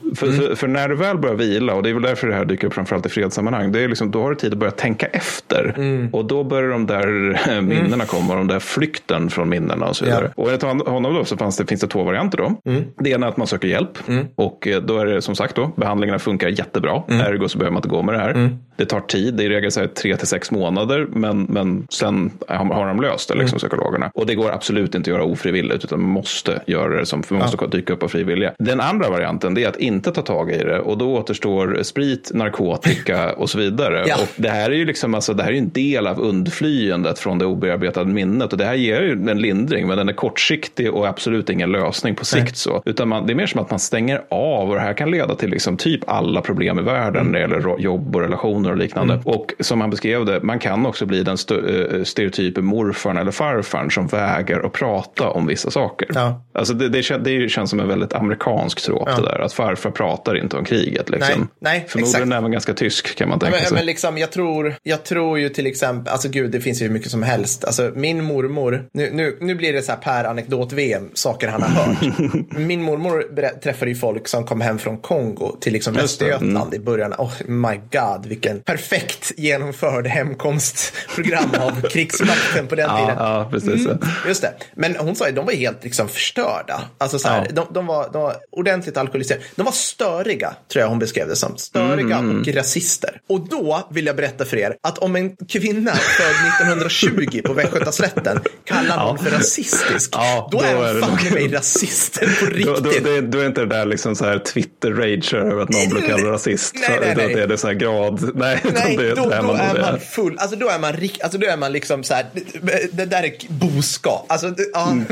[SPEAKER 1] För, mm. för, för när du väl börjar vila, och det är väl därför det här dyker upp framförallt i fredssammanhang, det är liksom, då har du tid att börja tänka efter. Mm. Och då börjar de där minnena mm. komma, de där flykten från minnena och så vidare. Ja. Och enligt honom då så fanns det, finns det två varianter då. Mm. Det ena är att man söker hjälp. Mm. Och då är det som sagt då, behandlingarna funkar jättebra. Mm. Ergo så behöver man inte gå med det här. Mm. Det tar tid, det är i regel så här tre till sex månader, men, men sen har de löst det, liksom, mm. psykologerna. Och det går absolut inte att göra ofrivilligt, utan man måste göra det som, för man måste ja. dyka upp av frivilliga. Den andra varianten, det är att inte ta tag i det, och då återstår sprit, narkotika och så vidare. Ja. Och det här är ju liksom, alltså, det här är en del av undflyendet från det obearbetade minnet, och det här ger ju en lindring, men den är kortsiktig och absolut ingen lösning på sikt. Så. Utan man, det är mer som att man stänger av, och det här kan leda till liksom typ alla problem i världen mm. när det gäller jobb och relationer och liknande. Mm. Och som han beskrev det, man kan också bli den st- stereotypen morfarn eller farfarn som väger att prata om vissa saker. Ja. Alltså det, det, det känns som en väldigt amerikansk tråp ja. det där, att farfar pratar inte om kriget. Liksom. Nej, nej, förmodligen är man ganska tysk, kan man tänka
[SPEAKER 2] men,
[SPEAKER 1] sig.
[SPEAKER 2] Men liksom, jag tror, jag tror ju till exempel, alltså gud, det finns ju mycket som helst. Alltså min mormor, nu, nu, nu blir det så här per anekdot-V M, saker han har hört. Min mormor träffade ju folk som kom hem från Kongo till liksom Östergötland mm. i början. Oh my god, vilken perfekt genomförd hemkomstprogram av krigsmakten på den
[SPEAKER 1] ja,
[SPEAKER 2] tiden.
[SPEAKER 1] Ja, precis.
[SPEAKER 2] Mm, just det. Men hon sa ju, de var helt liksom förstörda. Alltså så här, ja. de, de, var, de var ordentligt alkoholiserade. De var störiga, tror jag hon beskrev det som. Störiga mm. och rasister. Och då vill jag berätta för er att om en kvinna född nittonhundratjugo på Västgötaslätten kallar någon ja. för rasistisk, ja, då, då är hon fan med mig rasister på riktigt.
[SPEAKER 1] Då, då, då, då är inte det där liksom så här Twitter-rager över att någon blir kallad rasist. Nej, nej, nej. Då är det så här grad. Nej,
[SPEAKER 2] nej
[SPEAKER 1] det,
[SPEAKER 2] då,
[SPEAKER 1] det är
[SPEAKER 2] då
[SPEAKER 1] man,
[SPEAKER 2] är man full. Alltså då är man rik, alltså då är man liksom så här, det, det där är boskap. Alltså, ja. Mm.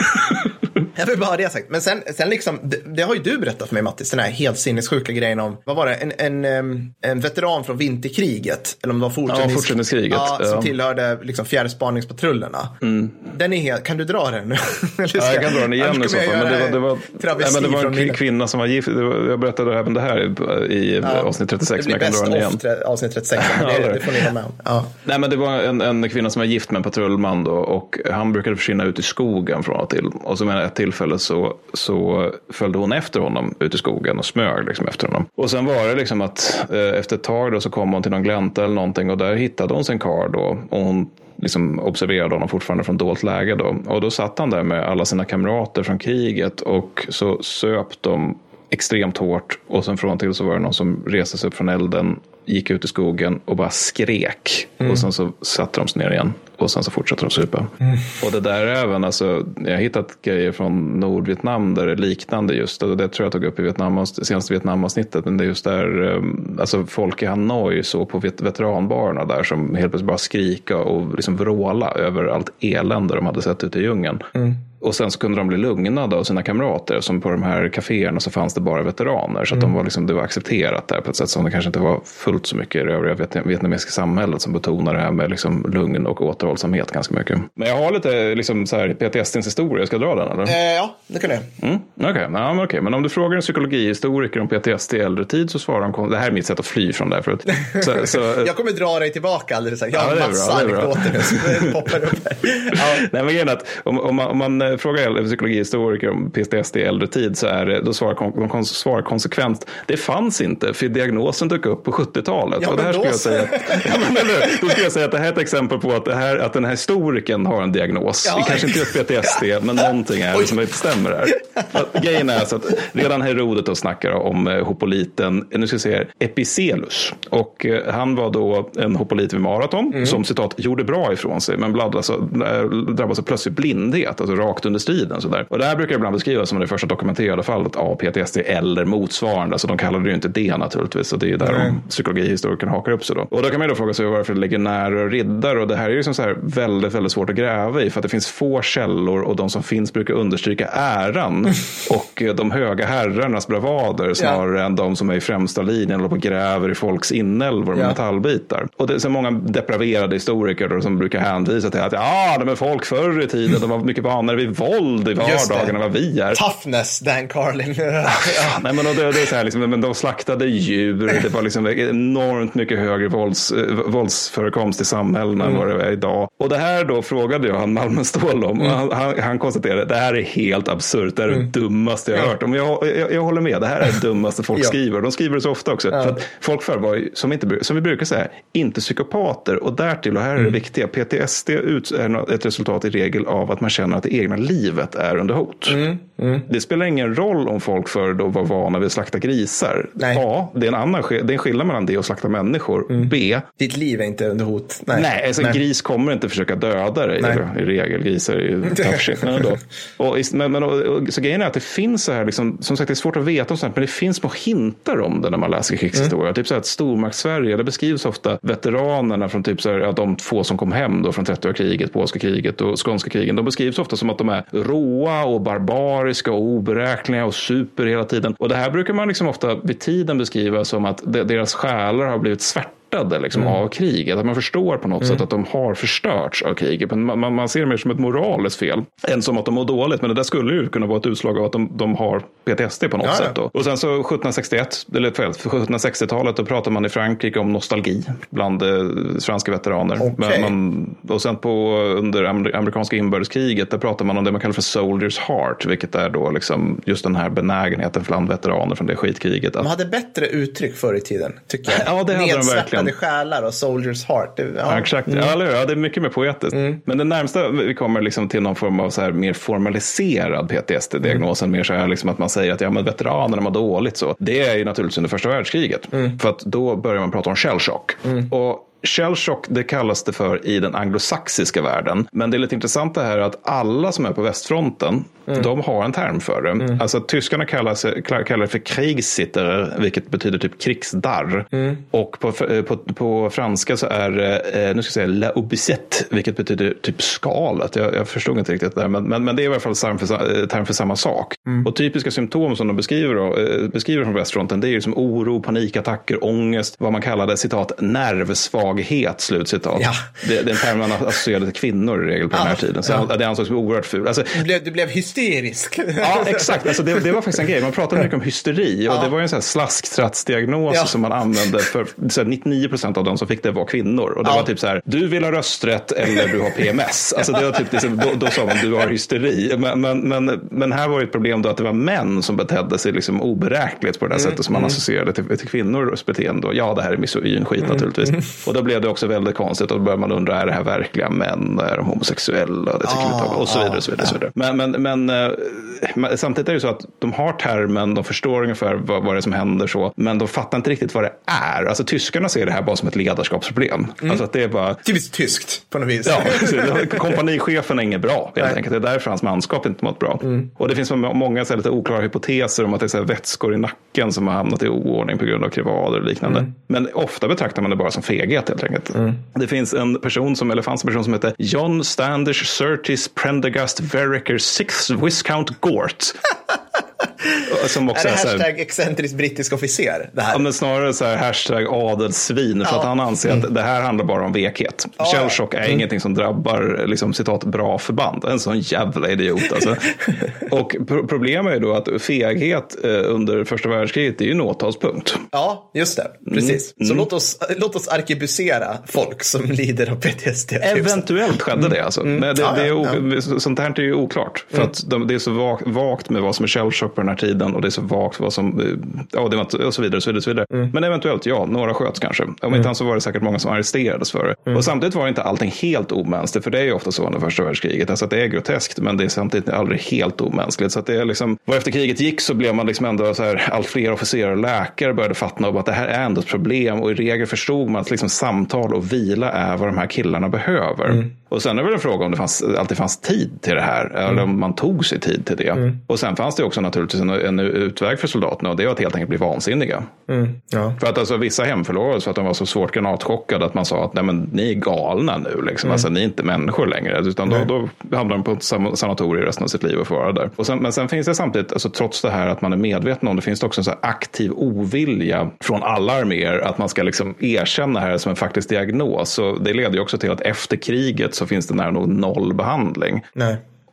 [SPEAKER 2] Jag vill bara ha det sagt. Men sen, sen liksom, det, det har ju du berättat för mig, Mattis, den här helt sinnessjuka grejen om, vad var det, en, en, en veteran från vinterkriget, eller om det var
[SPEAKER 1] fortsättningskriget, ja, fortsättningskriget.
[SPEAKER 2] Ja, som
[SPEAKER 1] ja.
[SPEAKER 2] tillhörde liksom fjärrspaningspatrullerna. Mm. Den är helt, kan du dra den nu?
[SPEAKER 1] Ja, jag kan dra den igen i så fall. Men det var, det var, nej, men det var en k- kvinna som var gift. Var, jag berättade även det här i, i ja. avsnitt trettiosex, men jag kan dra den igen.
[SPEAKER 2] Det avsnitt trettiosex, det, det får ni vara med om. Ja.
[SPEAKER 1] Nej, men det var en, en kvinna som var gift med en patrullman då, och han brukade försvinna ut i skogen från och till. Och så med ett tillfälle så, så följde hon efter honom ut i skogen och smög liksom efter honom. Och sen var det liksom att eh, efter ett tag då så kom hon till någon glänta eller någonting, och där hittade hon sin karl då, och hon liksom observerade honom fortfarande från dolt läge då. Och då satt han där med alla sina kamrater från kriget, och så söp de extremt hårt, och sen från till så var det någon som reste sig upp från elden, gick ut i skogen och bara skrek. Mm. Och sen så satte de sig ner igen. Och sen så fortsatte de supa. Mm. Och det där är även, alltså, jag har hittat grejer från Nordvietnam där det är liknande just. Och det tror jag tog upp i Vietnam, senaste Vietnam-avsnittet. Men det är just där, alltså folk i Hanoi så på vet- veteranbarna där som helt plötsligt bara skrika och liksom vråla över allt elände de hade sett ute i djungeln. Mm. Och sen så kunde de bli lugnade av sina kamrater, som på de här kaféerna så fanns det bara veteraner. Så att mm. de var liksom, det var accepterat där på ett sätt som det kanske inte var fullt så mycket i det övriga vietnamesiska samhället, som betonar det här med liksom lugn och återhållsamhet ganska mycket. Men jag har lite liksom så här P T S D:s historia, jag ska dra den eller?
[SPEAKER 2] Eh, ja, det kan jag.
[SPEAKER 1] Mm, Okej, okay. ja, men, okay. men om du frågar en psykologihistoriker om P T S D i äldre tid så svarar de, det här är mitt sätt att fly från det här förut. Så, så,
[SPEAKER 2] jag kommer dra dig tillbaka alldeles. Jag har ja, massa anekdoter nu som poppar upp här. Ja.
[SPEAKER 1] Nej, men att om, om, man, om man frågar en psykologihistoriker om P T S D i äldre tid, så är det, då svarar de svarar konsekvent, det fanns inte, för diagnosen dök upp på sjuttiotalet.
[SPEAKER 2] Ja,
[SPEAKER 1] och det här skulle jag säga att, ja, men, eller, då skulle jag säga att det här är ett exempel på att, det här, att den här historikern har en diagnos. Ja. Det kanske inte är P T S D, men någonting är det som inte stämmer här. Grejen är så att redan Herodotos snackar om hopoliten, nu ska jag säga Epicelus, och han var då en hopolit vid maraton mm. som citat gjorde bra ifrån sig, men blad, alltså, drabbades av plötsligt blindhet, alltså rakt under striden. Sådär. Och det här brukar ibland beskrivas som det första dokumenterade fallet av P T S D eller motsvarande, så de kallade det ju inte det naturligtvis, och det är ju där mm. psykologihistorikern hakar upp sig då. Och då kan man ju då fråga sig varför legionärer och riddare, och det här är ju liksom så här väldigt, väldigt svårt att gräva i, för att det finns få källor, och de som finns brukar understryka äran och de höga herrarnas bravader snarare ja. än de som är i främsta linjen och på gräver i folks inälvor med ja. metallbitar. Och det är så många depraverade historiker då, som brukar hänvisa till att ja, de är folk förr i tiden, de var mycket vanare vid våld i vardagen än vad vi är.
[SPEAKER 2] Toughness, Dan Carlin.
[SPEAKER 1] Ja. Nej, men det, det är så här, liksom, men de slaktade djur. Det var liksom enormt mycket högre vålds, våldsförekomst i samhällena mm. än vad det är idag. Och det här då frågade jag han Malmen Ståhl om. Mm. Och han, han, han konstaterade att det här är helt absurt. Det här är mm. det dummaste jag har ja. hört. Men jag, jag, jag håller med. Det här är det dummaste folk ja. skriver. De skriver det så ofta också. Ja. För att folk förr var ju, som, inte, som vi brukar säga, inte psykopater. Och därtill, och här är det mm. viktiga, P T S D är ett resultat i regel av att man känner att det egna livet är under hot. Mm. Mm. Det spelar ingen roll om folk förr då var vana vid att slakta grisar. Nej. A, det är en annan det är en skillnad mellan det och slakta människor. Mm. B,
[SPEAKER 2] ditt liv är inte under hot. Nej,
[SPEAKER 1] Nej alltså Nej. gris kommer inte försöka döda dig. I, i regel, grisar är ju tough men då. Och, men, men, och, och, så grejen är att det finns så här, liksom, som sagt det är svårt att veta om sånt, men det finns små hintar om det när man läser krigshistoria. Mm. Typ så här att Stormakts-Sverige, det beskrivs ofta veteranerna från typ så här, att de två som kom hem då från trettioåriga kriget, polska kriget och skånska krigen, de beskrivs ofta som att de är råa och barbariska och oberäkneliga och super hela tiden. Och det här brukar man liksom ofta vid tiden beskriva som att deras själar har blivit svärta liksom, mm. av kriget. Att man förstår på något mm. sätt att de har förstörts av kriget. Men man, man ser det mer som ett moraliskt fel än som att de mår dåligt. Men det där skulle ju kunna vara ett utslag av att de, de har P T S D på något ja, sätt. Då. Och sen så sjuttonhundrasextioett, eller fel, för sjuttonhundrasextiotalet då pratar man i Frankrike om nostalgi bland eh, franska veteraner. Okay. Men man, och sen på under amerikanska inbördeskriget där pratar man om det man kallar för soldiers heart, vilket är då liksom just den här benägenheten bland veteraner från det skitkriget.
[SPEAKER 2] De hade bättre uttryck förr i tiden, tycker jag.
[SPEAKER 1] Ja, det hade de verkligen.
[SPEAKER 2] Själar och soldiers heart. Det, ja.
[SPEAKER 1] Ja, exakt. Mm. Ja, ja, det är mycket mer poetiskt. Mm. Men det närmsta vi kommer liksom till någon form av så här mer formaliserad P T S D-diagnosen, mm. mer så här liksom att man säger att ja, men veteranerna mår dåligt så. Det är ju naturligtvis under första världskriget. Mm. För att då börjar man prata om shellshock. Mm. Och shellshock, det kallas det för i den anglosaxiska världen. Men det är lite intressant det här att alla som är på västfronten, mm. de har en term för det. Mm. Alltså tyskarna kallar, sig, kallar det för krigssitter, vilket betyder typ krigsdarr. Mm. Och på, på, på franska så är det, nu ska jag säga, la obisette, vilket betyder typ skalet. Jag, jag förstod inte riktigt det där, men, men, men det är i alla fall term för, term för samma sak. Mm. Och typiska symptom som de beskriver, då, beskriver från västfronten, det är ju som oro, panikattacker, ångest, vad man kallar det, citat, nervsvag het, slutcitat. Ja. Det, det är en term man associerade till kvinnor i regel på ja. den här tiden. Så ja. det ansågs som oerhört ful. Alltså,
[SPEAKER 2] du, blev, du blev hysterisk.
[SPEAKER 1] Ja, exakt. Alltså, det, det var faktiskt en grej. Man pratade mycket om hysteri. Och ja. det var ju en sån här slasktratsdiagnos ja. som man använde för så här, nittionio procent av de som fick det var kvinnor. Och det ja. var typ så här, du vill ha rösträtt eller du har P M S. Alltså, det var typ, liksom, då, då sa man, du har hysteri. Men, men, men, men här var ju ett problem då att det var män som betedde sig liksom oberäkligt på det här mm. sättet som man mm. associerade till, till kvinnors beteende. Ja, det här är misogyn skit mm. naturligtvis. Mm. Och då blev det också väldigt konstigt och då börjar man undra, är det här verkliga män, är de homosexuella, det tycker ah, och så vidare, ah, så vidare, så vidare. Men, men, men äh, samtidigt är det så att de har termen, de förstår ungefär vad, vad det är som händer så, men de fattar inte riktigt vad det är. Alltså tyskarna ser det här bara som ett ledarskapsproblem. Mm. Alltså att det är bara...
[SPEAKER 2] Typiskt tyskt på något vis.
[SPEAKER 1] Ja, kompanichefen är inget bra, helt enkelt. Det är därför hans manskap inte mått bra. Mm. Och det finns många så här, lite oklara hypoteser om att det är så här, vätskor i nacken som har hamnat i oordning på grund av krevader och liknande. Mm. Men ofta betraktar man det bara som feghet, helt enkelt. Mm. Det finns en person som, eller fanns en person som heter John Standish Surtees Prendergast Vereker Sixth Viscount Gort.
[SPEAKER 2] Som också är det hashtag här, excentrisk brittisk officer det här?
[SPEAKER 1] Ja, men snarare så här hashtag adelssvin för ja. att han anser mm. att det här handlar bara om vekhet. Ja, Shellshock är mm. ingenting som drabbar liksom, citat, bra förband. En sån jävla idiot alltså. Och pro- problemet är då att feghet eh, under första världskriget är ju en åtalspunkt.
[SPEAKER 2] Ja, just det. Precis. Mm. Så mm. låt oss, låt oss arkebusera folk som lider av P T S D.
[SPEAKER 1] Eventuellt skedde det alltså. Mm. Men det, ja, det är o- ja. sånt här är ju oklart. För mm. att de, det är så vagt, vagt med vad som är Shellshock på den här tiden och det är så vagt vad som, ja det var och så vidare, så vidare, så vidare. Mm. Men eventuellt, ja, några sköts kanske. Om mm. inte så var det säkert många som arresterades för det. Mm. Och samtidigt var inte allting helt omänskligt, för det är ju ofta så under första världskriget. Alltså att det är groteskt, men det är samtidigt aldrig helt omänskligt. Så att det är liksom, vad efter kriget gick så blev man liksom ändå så här, allt fler officerare och läkare började fatta om att det här är ändå ett problem, och i regel förstod man att liksom samtal och vila är vad de här killarna behöver. Mm. Och sen är det väl en fråga om det fanns, alltid fanns tid till det här, mm. eller om man tog sig tid till det. Mm. Och sen fanns det också naturligtvis en, en utväg för soldaterna, och det var att helt enkelt bli vansinniga. Mm. Ja. För att alltså vissa hemförlovades för att de var så svårt granatchockade att man sa att nej, men ni är galna nu, liksom. Mm. Alltså ni är inte människor längre, utan då, då hamnar de på ett sanatorium resten av sitt liv och får vara där. Och sen, men sen finns det samtidigt, alltså, trots det här att man är medveten om det, finns det också en så här aktiv ovilja från alla arméer att man ska liksom erkänna det här som en faktisk diagnos. Så det leder ju också till att efter kriget så finns det nära nog noll behandling. Nej.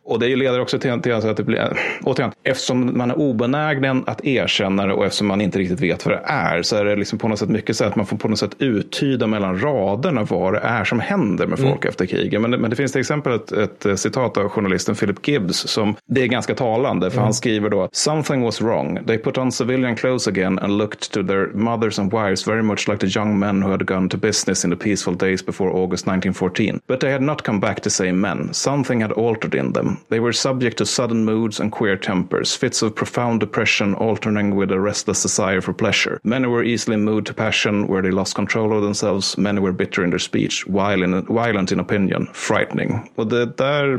[SPEAKER 1] Och det leder också till, till att det blir, återigen, eftersom man är obenägen att erkänna det och eftersom man inte riktigt vet vad det är, så är det liksom på något sätt mycket så att man får på något sätt uttyda mellan raderna vad det är som händer med folk mm. efter kriget. Men, men det finns till exempel ett, ett citat av journalisten Philip Gibbs som det är ganska talande, för mm. han skriver då: "Something was wrong. They put on civilian clothes again and looked to their mothers and wives very much like the young men who had gone to business in the peaceful days before August nineteen fourteen. But they had not come back the same men. Something had altered in them. They were subject to sudden moods and queer tempers, fits of profound depression alternating with a restless desire for pleasure. Many were easily moved to passion where they lost control of themselves. Many were bitter in their speech, violent, violent in opinion, frightening." Och det där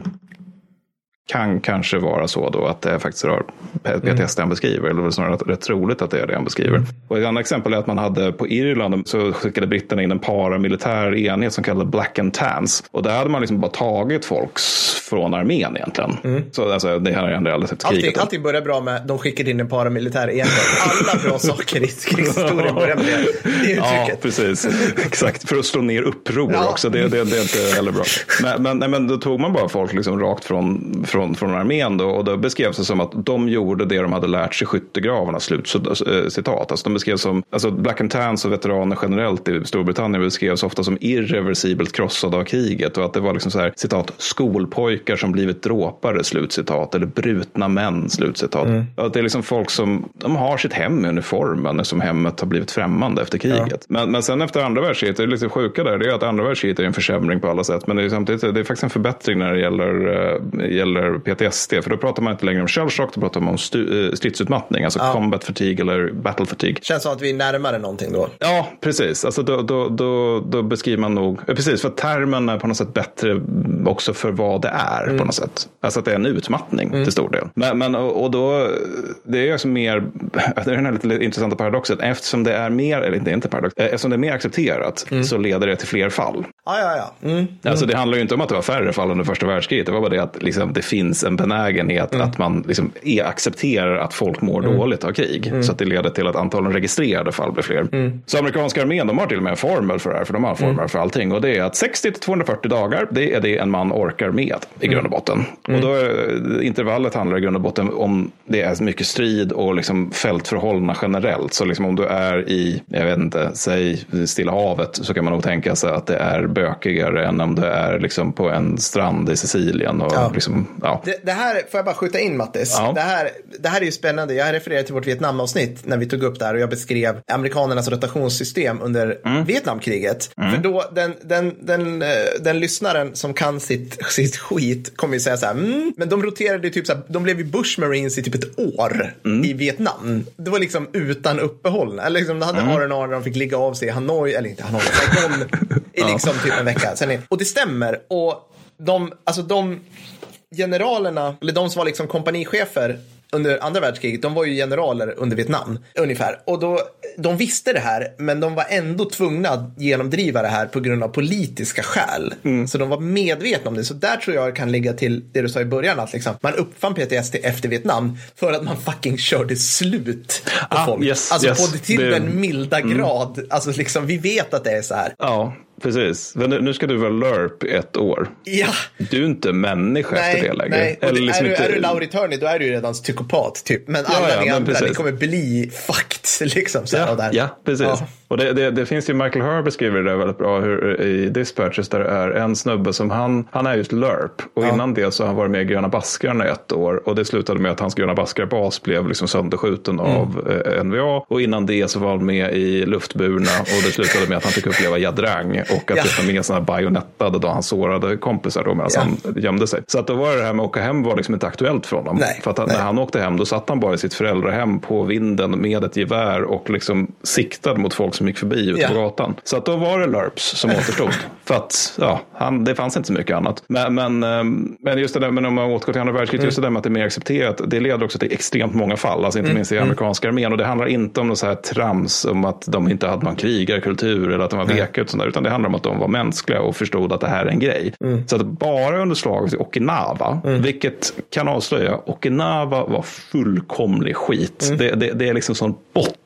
[SPEAKER 1] kan kanske vara så då att det är faktiskt rör P T S D han beskriver, eller snarare rätt troligt att det är det han beskriver. Mm. Och ett annat exempel är att man hade på Irland så skickade britterna in en paramilitär enhet som kallades Black and Tans, och där hade man liksom bara tagit folks från armén egentligen. Mm. Så alltså, det här är ändå alldeles ett kriget.
[SPEAKER 2] Allting, allting börjar bra med de skickade in en paramilitär enhet. Alla bra saker i krigshistorien börjar med det. Det är uttrycket.
[SPEAKER 1] Ja, precis. Exakt. För att slå ner uppror ja. också. Det, det, det är inte heller bra. Men, men, nej, men då tog man bara folk liksom rakt från Från, från armén då, och då beskrevs det som att de gjorde det de hade lärt sig i skyttegravarna, slut citat. Alltså de beskrevs som, alltså Black and Tans och veteraner generellt i Storbritannien beskrevs ofta som irreversibelt krossade av kriget, och att det var liksom så här, citat, skolpojkar som blivit dråpare, slutcitat, eller brutna män, slutcitat. Mm. Att det är liksom folk som, de har sitt hem i uniformen som hemmet har blivit främmande efter kriget. Ja. Men, men sen efter andra världskriget, det är lite sjuka där, det är att andra världskriget är en försämring på alla sätt, men det är samtidigt, det är faktiskt en förbättring när det gäller, äh, gäller P T S D, för då pratar man inte längre om shell shock, då pratar man om stu- stridsutmattning, alltså ja. combat fatigue eller battle fatigue.
[SPEAKER 2] Känns som att vi är närmare någonting då.
[SPEAKER 1] Ja, precis. Alltså då, då, då, då beskriver man nog, precis, för termen är på något sätt bättre också för vad det är mm. på något sätt. Alltså att det är en utmattning mm. till stor del. Men, men och, och då, det är ju också mer, det är den här lite intressanta paradoxen, eftersom det är mer, eller det är inte paradox, eftersom det är mer accepterat mm. så leder det till fler fall.
[SPEAKER 2] Ja, ja, ja. Mm.
[SPEAKER 1] Alltså det handlar ju inte om att det var färre fall under första världskriget, det var bara det att liksom, det finns en benägenhet mm. att man liksom är, accepterar att folk mår mm. dåligt av krig. Mm. Så att det leder till att antalet registrerade fall blir fler. Mm. Så amerikanska armén, de har till och med en formel för det här, för de har en formel mm. för allting. Och det är att sextio till tvåhundrafyrtio dagar, det är det en man orkar med i grund och botten. Mm. Och då är, intervallet handlar i grund och botten om det är mycket strid och liksom fältförhållanden generellt. Så liksom om du är i, jag vet inte, säg Stilla havet, så kan man nog tänka sig att det är bökigare än om det är liksom på en strand i Sicilien. Och ja. Liksom, ja.
[SPEAKER 2] Det, det här får jag bara skjuta in, Mattis. Ja. Det, här, det här är ju spännande. Jag refererade till vårt Vietnamavsnitt när vi tog upp det här och jag beskrev amerikanernas rotationssystem under mm. Vietnamkriget. Mm. För då, den, den, den, den, den lyssnaren som kan sitt, sitt skit kommer ju säga så här, mm, men de roterade typ så här, de blev ju Bush Marines i typ ett år mm. i Vietnam. Det var liksom utan uppehåll. Eller liksom, de hade mm. R and R när de fick ligga av sig i Hanoi, eller inte Hanoi, Saigon i liksom typ en vecka. Sen är, och det stämmer. Och de, alltså de generalerna, eller de som var liksom kompanichefer under andra världskriget, de var ju generaler under Vietnam ungefär. Och då, de visste det här, men de var ändå tvungna att genomdriva det här på grund av politiska skäl. Mm. Så de var medvetna om det. Så där tror jag kan ligga till det du sa i början, att liksom, man uppfann P T S D efter Vietnam för att man fucking körde slut på ah, folk. Yes, alltså yes, på till det, den milda mm. grad. Alltså liksom, vi vet att det är så här.
[SPEAKER 1] Ja. Precis. Men nu ska du vara L U R P i ett år.
[SPEAKER 2] Ja.
[SPEAKER 1] Du är inte människa nej, efter det längre.
[SPEAKER 2] Nej, Eller liksom är, du, inte... är du Lauri Törni, då är du ju redan psykopat typ. Men alla ja, ja, ni andra, ni kommer bli fucked liksom. Så
[SPEAKER 1] ja,
[SPEAKER 2] där.
[SPEAKER 1] ja, precis. Ja. Och det, det, det finns ju, Michael Herr beskriver det väldigt bra hur, i Dispatches, där det är en snubbe som han, han är just L U R P. Och ja. innan det så har han varit med i Gröna Baskrarna i ett år. Och det slutade med att hans Gröna Baskar-bas blev liksom sönderskjuten mm. av eh, N V A. Och innan det så var han med i Luftburna. Och det slutade med att han fick uppleva Jadrang. Och att ja. det var med sådana bajonettade då han sårade kompisar då medan ja. han gömde sig. Så att då var det här med att åka hem var liksom inte aktuellt för honom.
[SPEAKER 2] Nej,
[SPEAKER 1] för att
[SPEAKER 2] nej.
[SPEAKER 1] när han åkte hem, då satt han bara i sitt föräldrahem på vinden med ett gevär och liksom siktade mot folk som gick förbi ute ja. på gatan. Så att då var det L U R Ps som återstod. För att ja, han, det fanns inte så mycket annat. Men, men, men just det där, men om man återgår till andra världskriget, mm. just det där med att det är mer accepterat, det leder också till extremt många fall. Alltså inte mm. minst i amerikanska armén. Och det handlar inte om något så här trams om att de inte hade någon krigarkultur eller att de var veka, utan det handlar om att de var mänskliga och förstod att det här är en grej. Mm. Så att bara under slaget i Okinawa, mm. vilket kan avslöja, Okinawa var fullkomlig skit. Mm. Det, det, det är liksom sån botten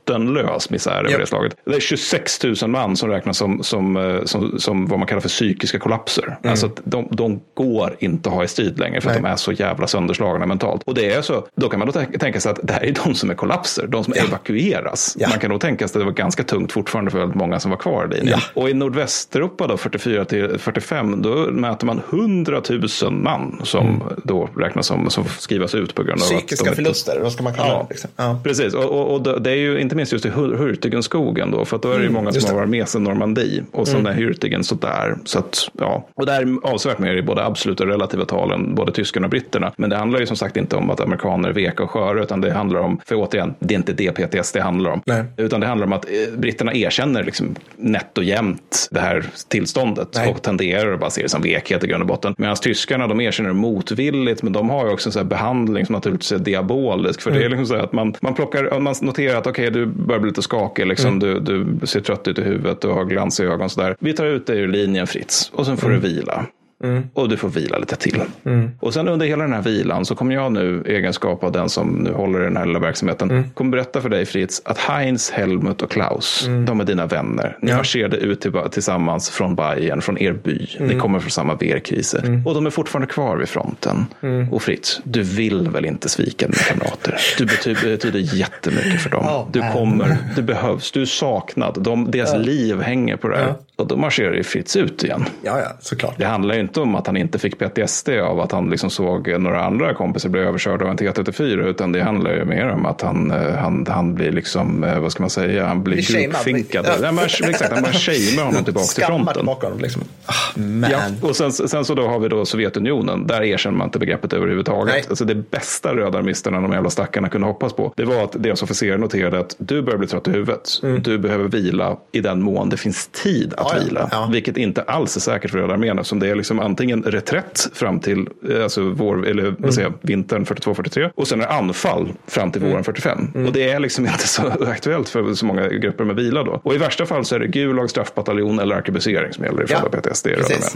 [SPEAKER 1] bottenlös misär över yep. det slaget. Det är tjugosex tusen man som räknas som, som, som, som vad man kallar för psykiska kollapser. Mm. Alltså att de, de går inte att ha i strid längre för Nej. att de är så jävla sönderslagna mentalt. Och det är så, då kan man då t- tänka sig att det här är de som är kollapser, de som ja. evakueras. Ja. Man kan nog tänka sig att det var ganska tungt fortfarande för väldigt många som var kvar i linjen. Ja. Och i Nordvästeuropa då, fyrtiofyra till fyrtiofem, då mäter man hundratusen man som mm. då räknas som, som skrivas ut på grund av
[SPEAKER 2] psykiska
[SPEAKER 1] att de
[SPEAKER 2] förluster, vad ska man kalla
[SPEAKER 1] ja,
[SPEAKER 2] det? Liksom. Ja.
[SPEAKER 1] Precis, och, och, och det är ju inte minst just i Hurtigenskogen då, för att då är det ju många mm, som har varit med sedan Normandie och sen mm. är Hurtigen så där, så att ja, och det är avsevärt mer i både absoluta och relativa talen, både tyskarna och britterna, men det handlar ju som sagt inte om att amerikaner är veka och sköra, utan det handlar om, för återigen, det är inte det P T S D handlar om, Nej. utan det handlar om att eh, britterna erkänner liksom nätt och jämnt det här tillståndet Nej. och tenderar att bara se det som vekhet i grund och botten, medan tyskarna, de erkänner motvilligt, men de har ju också en sån här behandling som naturligtvis är diabolisk, för mm. det är liksom så att man, man plockar, man noterar att okej, okay, du börjar bli lite skakig liksom, mm. du, du ser trött ut i huvudet, du har glans i ögon sådär. Vi tar ut dig ur linjen, Fritz, och sen får mm. du vila. Mm. Och du får vila lite till. Mm. Och sen under hela den här vilan så kommer jag nu, egenskap av den som nu håller i den här lilla verksamheten, mm. kommer berätta för dig, Fritz, att Heinz, Helmut och Klaus, mm. de är dina vänner. Ni ja. marscherade ut till, tillsammans från Bayern, från er by. Mm. Ni kommer från samma Wehrkrise. Mm. Och de är fortfarande kvar vid fronten. Mm. Och Fritz, du vill väl inte svika dina kamrater? Du betyder, betyder jättemycket för dem. Oh, du kommer, du behövs, du är saknad. De, deras ja. liv hänger på det här. Ja. Och då marscherar ju Fritz ut igen.
[SPEAKER 2] Ja, ja, såklart.
[SPEAKER 1] Det handlar ju inte om att han inte fick P T S D av att han liksom såg några andra kompisar bli överkörda av en T trettiofyra, utan det handlar ju mer om att han, han, han blir liksom, vad ska man säga, han blir gruppfinkad. Ja, man, exakt, han bara shamear honom tillbaka till fronten.
[SPEAKER 2] Honom, liksom. oh,
[SPEAKER 1] ja, och sen, sen så då har vi då Sovjetunionen, där erkänner man inte begreppet överhuvudtaget. Nej. Alltså det bästa rödarmisterna, de jävla stackarna kunde hoppas på, det var att deras officer noterade att du börjar bli trött i huvudet. Mm. Du behöver vila i den mån det finns tid att ja, vila. Ja. Vilket inte alls är säkert för rödarmén, som det är liksom antingen reträtt fram till alltså vår, eller vad säger, mm. vintern fyrtiotvå fyrtiotre, och sen är anfall fram till våren mm. fyrtiofem. Mm. Och det är liksom inte så aktuellt för så många grupper med vila då. Och i värsta fall så är det Gulag, straffbataljon eller arkebusering som gäller i fall av P T S D.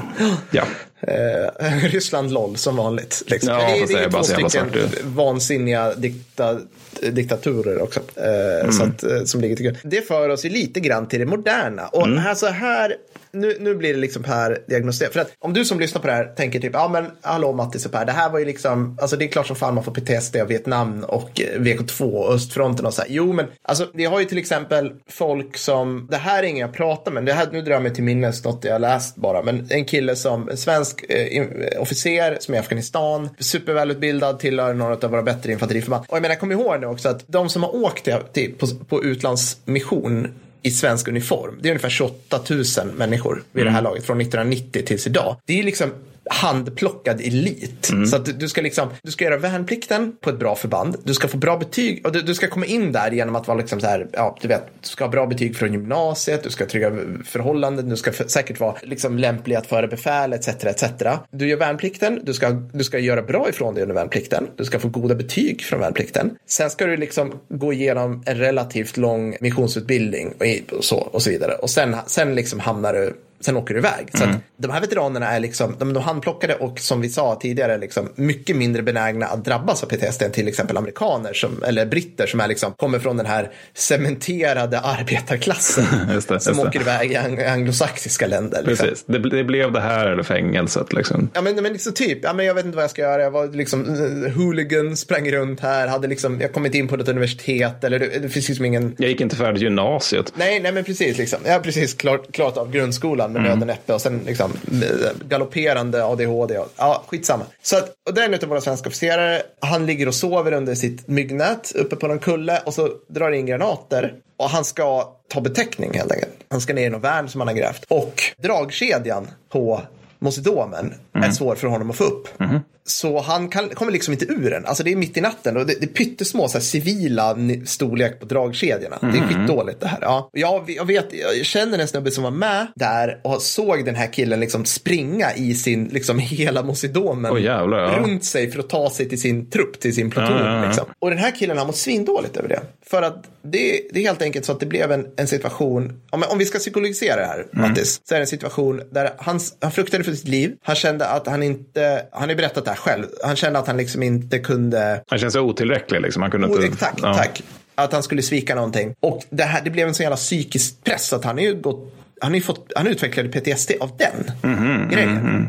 [SPEAKER 1] Ja.
[SPEAKER 2] Uh, Ryssland LOL som vanligt. Liksom.
[SPEAKER 1] Ja,
[SPEAKER 2] det, det är
[SPEAKER 1] två
[SPEAKER 2] stycken svart, vansinniga dikta, diktaturer också. Uh, mm. så att, som ligger till grund. Det för oss ju lite grann till det moderna. Och mm. här så här Nu, nu blir det liksom här diagnostiserat. För att om du som lyssnar på det här tänker typ, ja men hallå Mattis och Per, det här var ju liksom, alltså det är klart som fan man får P T S D av Vietnam och V K två och östfronten och så här. Jo men, alltså vi har ju till exempel folk som, det här är ingen jag pratar med, det här, nu drar jag mig till minnes något jag läst bara, men en kille som, en svensk eh, officer som är i Afghanistan, supervälutbildad, tillhör några av våra bättre infanteriförband. Och jag menar, kom ihåg nu också att de som har åkt till, till, på, på utlandsmission i svensk uniform, det är ungefär tjugoåtta tusen människor vid mm. det här laget från nittonhundranittio tills idag. Det är liksom handplockad elit. Mm. Så att du ska liksom, du ska göra värnplikten på ett bra förband. Du ska få bra betyg och du, du ska komma in där genom att vara liksom så här, ja, du vet, du ska ha bra betyg från gymnasiet, du ska ha trygga förhållanden, du ska för, säkert vara liksom lämplig att föra befäl, et cetera et cetera. Du gör värnplikten, du ska, du ska göra bra ifrån dig under värnplikten. Du ska få goda betyg från värnplikten. Sen ska du liksom gå igenom en relativt lång missionsutbildning och, och så och så vidare. Och sen, sen liksom hamnar du sen åker du iväg. Så mm. att de här veteranerna är liksom, de är handplockade och som vi sa tidigare liksom mycket mindre benägna att drabbas av P T S D än till exempel amerikaner som, eller britter som är liksom, kommer från den här cementerade arbetarklassen just det, som just åker det. iväg i ang- anglosaxiska länder. Liksom.
[SPEAKER 1] Precis, det, det blev det här eller fängelset liksom.
[SPEAKER 2] Ja men, men liksom typ, ja men jag vet inte vad jag ska göra, jag var liksom uh, hooligan, sprang runt här, hade liksom, jag kommit in på ett universitet eller det, det finns liksom ingen...
[SPEAKER 1] Jag gick inte färdigt gymnasiet.
[SPEAKER 2] Nej, nej men precis liksom, jag har precis klart, klart av grundskolan med mm. nöden äppe och sen liksom galopperande A D H D. Ja, skitsamma. Så att, och det är en av våra svenska officerare, han ligger och sover under sitt myggnät uppe på någon kulle och så drar in granater och han ska ta betäckning helt enkelt. Han ska ner i någon värn som han har grävt. Och dragkedjan på Mosidomen mm. är svår för honom att få upp. Mm. Så han kan, kommer liksom inte ur den. Alltså det är mitt i natten och det, det är pyttesmå så här, civila storlek på dragkedjorna. Mm. Det är skitdåligt det här. Ja. Jag, jag vet, jag känner en snubbe som var med där och såg den här killen liksom springa i sin, liksom hela Mosidomen
[SPEAKER 1] oh, jävlar, ja.
[SPEAKER 2] runt sig för att ta sig till sin trupp, till sin pluton. Ja, ja, ja. Liksom. Och den här killen har mått svindåligt över det. För att det, det är helt enkelt så att det blev en, en situation, om, om vi ska psykologisera det här, mm. Mattis, så är det en situation där han, han fruktade för sitt liv. Han kände att han inte, han har berättat det här själv. Han kände att han liksom inte kunde...
[SPEAKER 1] Han kände sig otillräcklig liksom. Han kunde
[SPEAKER 2] o-
[SPEAKER 1] inte...
[SPEAKER 2] Tack,
[SPEAKER 1] ja.
[SPEAKER 2] tack. att han skulle svika någonting. Och det, här, det blev en sån jävla psykisk press att han är ju gått, han, är fått, han utvecklade P T S D av den mm-hmm, grejen. Mm-hmm.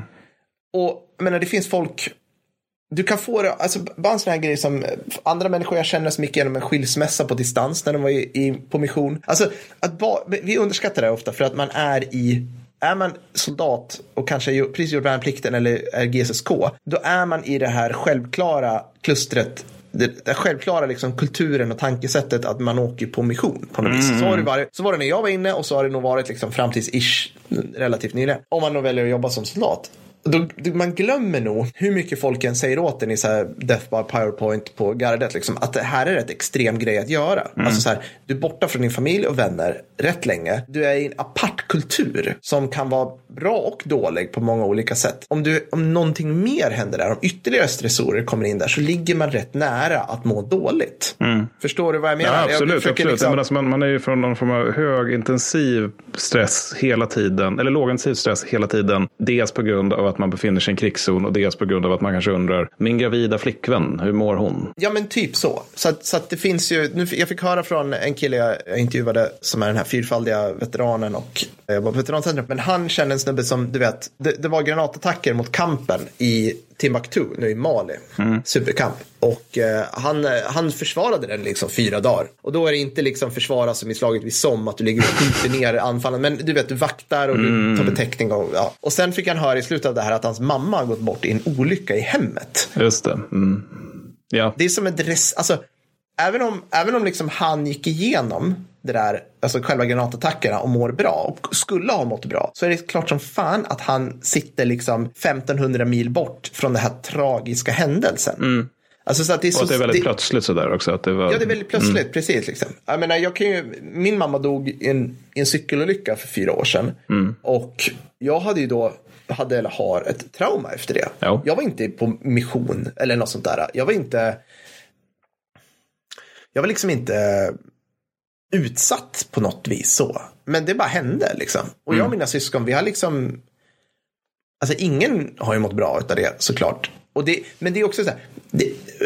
[SPEAKER 2] Och jag menar, det finns folk, du kan få det, alltså bara en sån här grej som andra människor jag känner så mycket genom en skilsmässa på distans när de var i, i, på mission. Alltså, att ba, vi underskattar det ofta för att man är i, är man soldat och kanske precis gjort värnplikten eller är G S S K, då är man i det här självklara klustret, det, det självklara liksom kulturen och tankesättet att man åker på mission på något vis. Mm. Så, har det varit, så var det när jag var inne och så har det nog varit liksom fram tills ish relativt nyligen. Om man nog väljer att jobba som soldat. Då, då, man glömmer nog hur mycket folken säger åt en i så här Death by PowerPoint på gardet liksom, att det här är ett extrem grej att göra. Mm. Alltså så här, du är borta från din familj och vänner rätt länge. Du är i en apart kultur som kan vara bra och dålig på många olika sätt. Om, du, om någonting mer händer där, om ytterligare stressorer kommer in där, så ligger man rätt nära att må dåligt. Mm. Förstår du vad jag menar?
[SPEAKER 1] Ja, absolut.
[SPEAKER 2] Jag
[SPEAKER 1] absolut.
[SPEAKER 2] Liksom...
[SPEAKER 1] Men alltså man, man är ju från någon form av högintensiv stress hela tiden, eller lågintensiv stress hela tiden. Dels på grund av att man befinner sig i en krigszon och dels på grund av att man kanske undrar, min gravida flickvän, hur mår hon?
[SPEAKER 2] Ja, men typ så. Så att, så att det finns ju, nu, jag fick höra från en kille jag intervjuade som är den här fyrfaldiga veteranen och jag var på veterancentrum, men han kände en snubbe som, du vet, det, det var granatattacker mot kampen i Timbuktu, nu i Mali, mm. superkamp. Och eh, han, han försvarade den liksom fyra dagar. Och då är det inte liksom försvara som i slaget vid Somme, att du ligger och skjuter ner anfallen. Men du vet, du vaktar och mm. du tar betäckning. Och, ja. Och sen fick han höra i slutet av det här att hans mamma har gått bort i en olycka i hemmet.
[SPEAKER 1] Just det. Mm. Ja.
[SPEAKER 2] Det är som ett res... Alltså, även om, även om liksom han gick igenom det där, alltså själva granatattackerna och mår bra och skulle ha mått bra, så är det klart som fan att han sitter liksom femtonhundra mil bort från den här tragiska händelsen. Mm. Alltså, så att det är, så,
[SPEAKER 1] och det är väldigt
[SPEAKER 2] det,
[SPEAKER 1] plötsligt sådär också. Att det var,
[SPEAKER 2] ja, det är väldigt plötsligt,
[SPEAKER 1] mm.
[SPEAKER 2] precis. Liksom. Jag menar, jag kan ju, min mamma dog i en, i en cykelolycka för fyra år sedan. Mm. Och jag hade ju då, hade eller har ett trauma efter det. Ja. Jag var inte på mission eller något sånt där. Jag var inte, jag var liksom inte utsatt på något vis så. Men det bara hände liksom. Och jag och mina syskon, vi har liksom, alltså ingen har ju mått bra utav det såklart. Och det, men det är också så här, det,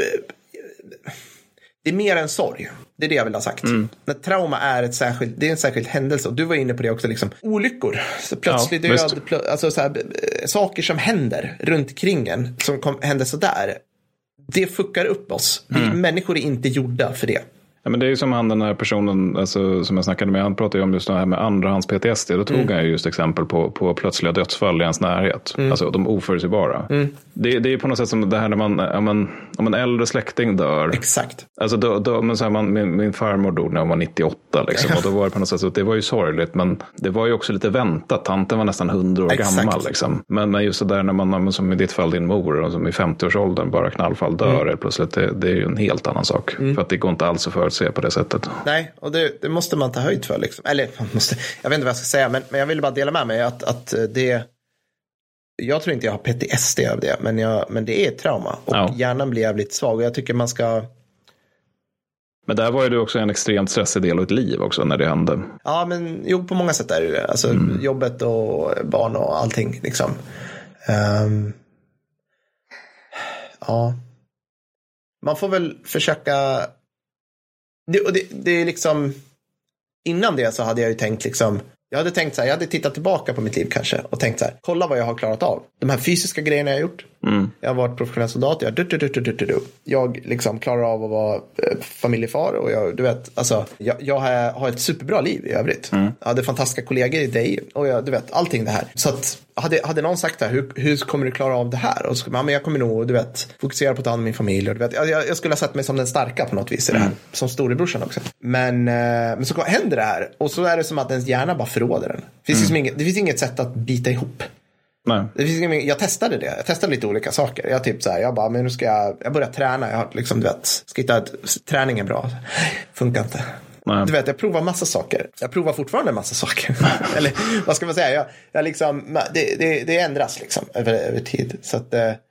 [SPEAKER 2] det är mer än sorg. Det är det jag vill ha sagt. Mm. När trauma är ett särskilt, det är en särskild händelse. Och du var inne på det också, liksom olyckor. Så plötsligt ja, död, plö, alltså så här, saker som händer runt kring en, som kom, händer så där. Det fuckar upp oss. Mm. Vi människor är inte gjorda för det.
[SPEAKER 1] Ja, men det är ju som han, den här personen alltså, som jag snackade med, han pratade ju om just det här med andrahands P T S D. Då tog mm. han just exempel på, på plötsliga dödsfall i ens närhet. Mm. Alltså de oförutsägbara. Mm. Det, det är på något sätt som det här när man, om en, om en äldre släkting dör.
[SPEAKER 2] Exakt.
[SPEAKER 1] Alltså då, då, men så här, man, min, min farmor dog när hon var nittioåtta liksom, och då var det på något sätt så det var ju sorgligt, men det var ju också lite väntat. Tanten var nästan hundra år Exakt. gammal liksom. Men, men just det där när man, som i ditt fall din mor, som i femtio-årsåldern bara knallfall dör mm. plötsligt, det, det är ju en helt annan sak. Mm. För att det går inte alls att förutse på det sättet.
[SPEAKER 2] Nej, och det, det måste man ta höjd för liksom. Eller, man måste, jag vet inte vad jag ska säga, men, men jag ville bara dela med mig att, att det, jag tror inte jag har P T S D av det, men, jag, men det är ett trauma och ja. hjärnan blir jävligt svag och jag tycker man ska.
[SPEAKER 1] Men där var ju du också en extremt stressig del av ett liv också när det hände.
[SPEAKER 2] Ja, men jo, på många sätt är det det. Alltså mm. jobbet och barn och allting liksom. Um, ja. Man får väl försöka. Det, och det, det är liksom, innan det så hade jag ju tänkt liksom, jag hade tänkt så här, jag hade tittat tillbaka på mitt liv kanske och tänkt så här, kolla vad jag har klarat av. De här fysiska grejerna jag har gjort. Mm. Jag har varit professionell soldat, jag, du, du, du, du, du, du. jag liksom klarar av att vara eh, familjefar och jag, du vet, alltså, jag, jag har, har ett superbra liv i övrigt. Mm. Jag hade fantastiska kollegor i dig och jag, du vet, allting det här. Så att, hade, hade någon sagt det här, hur, hur kommer du klara av det här? Och så, ja, men jag kommer nog, du vet, fokusera på att ta hand om min familj. Och, du vet, jag, jag skulle ha sett mig som den starka på något vis i det här. Mm. Som storebrorsan också. Men, eh, men så händer det här. Och så är det som att ens hjärna bara förråder den. Det finns, mm. inget, det finns inget sätt att bita ihop.
[SPEAKER 1] Nej.
[SPEAKER 2] Det finns inget, jag testade det. Jag testade lite olika saker. Jag typ så här, jag bara, men nu ska jag, jag börjar träna. Jag har liksom, du vet, ska hitta att träning är bra. Funkar inte. Nej. Du vet, jag provar massa saker. Jag provar fortfarande massa saker. Eller vad ska man säga? Jag, jag liksom, det, det, det ändras liksom över, över tid. Så att,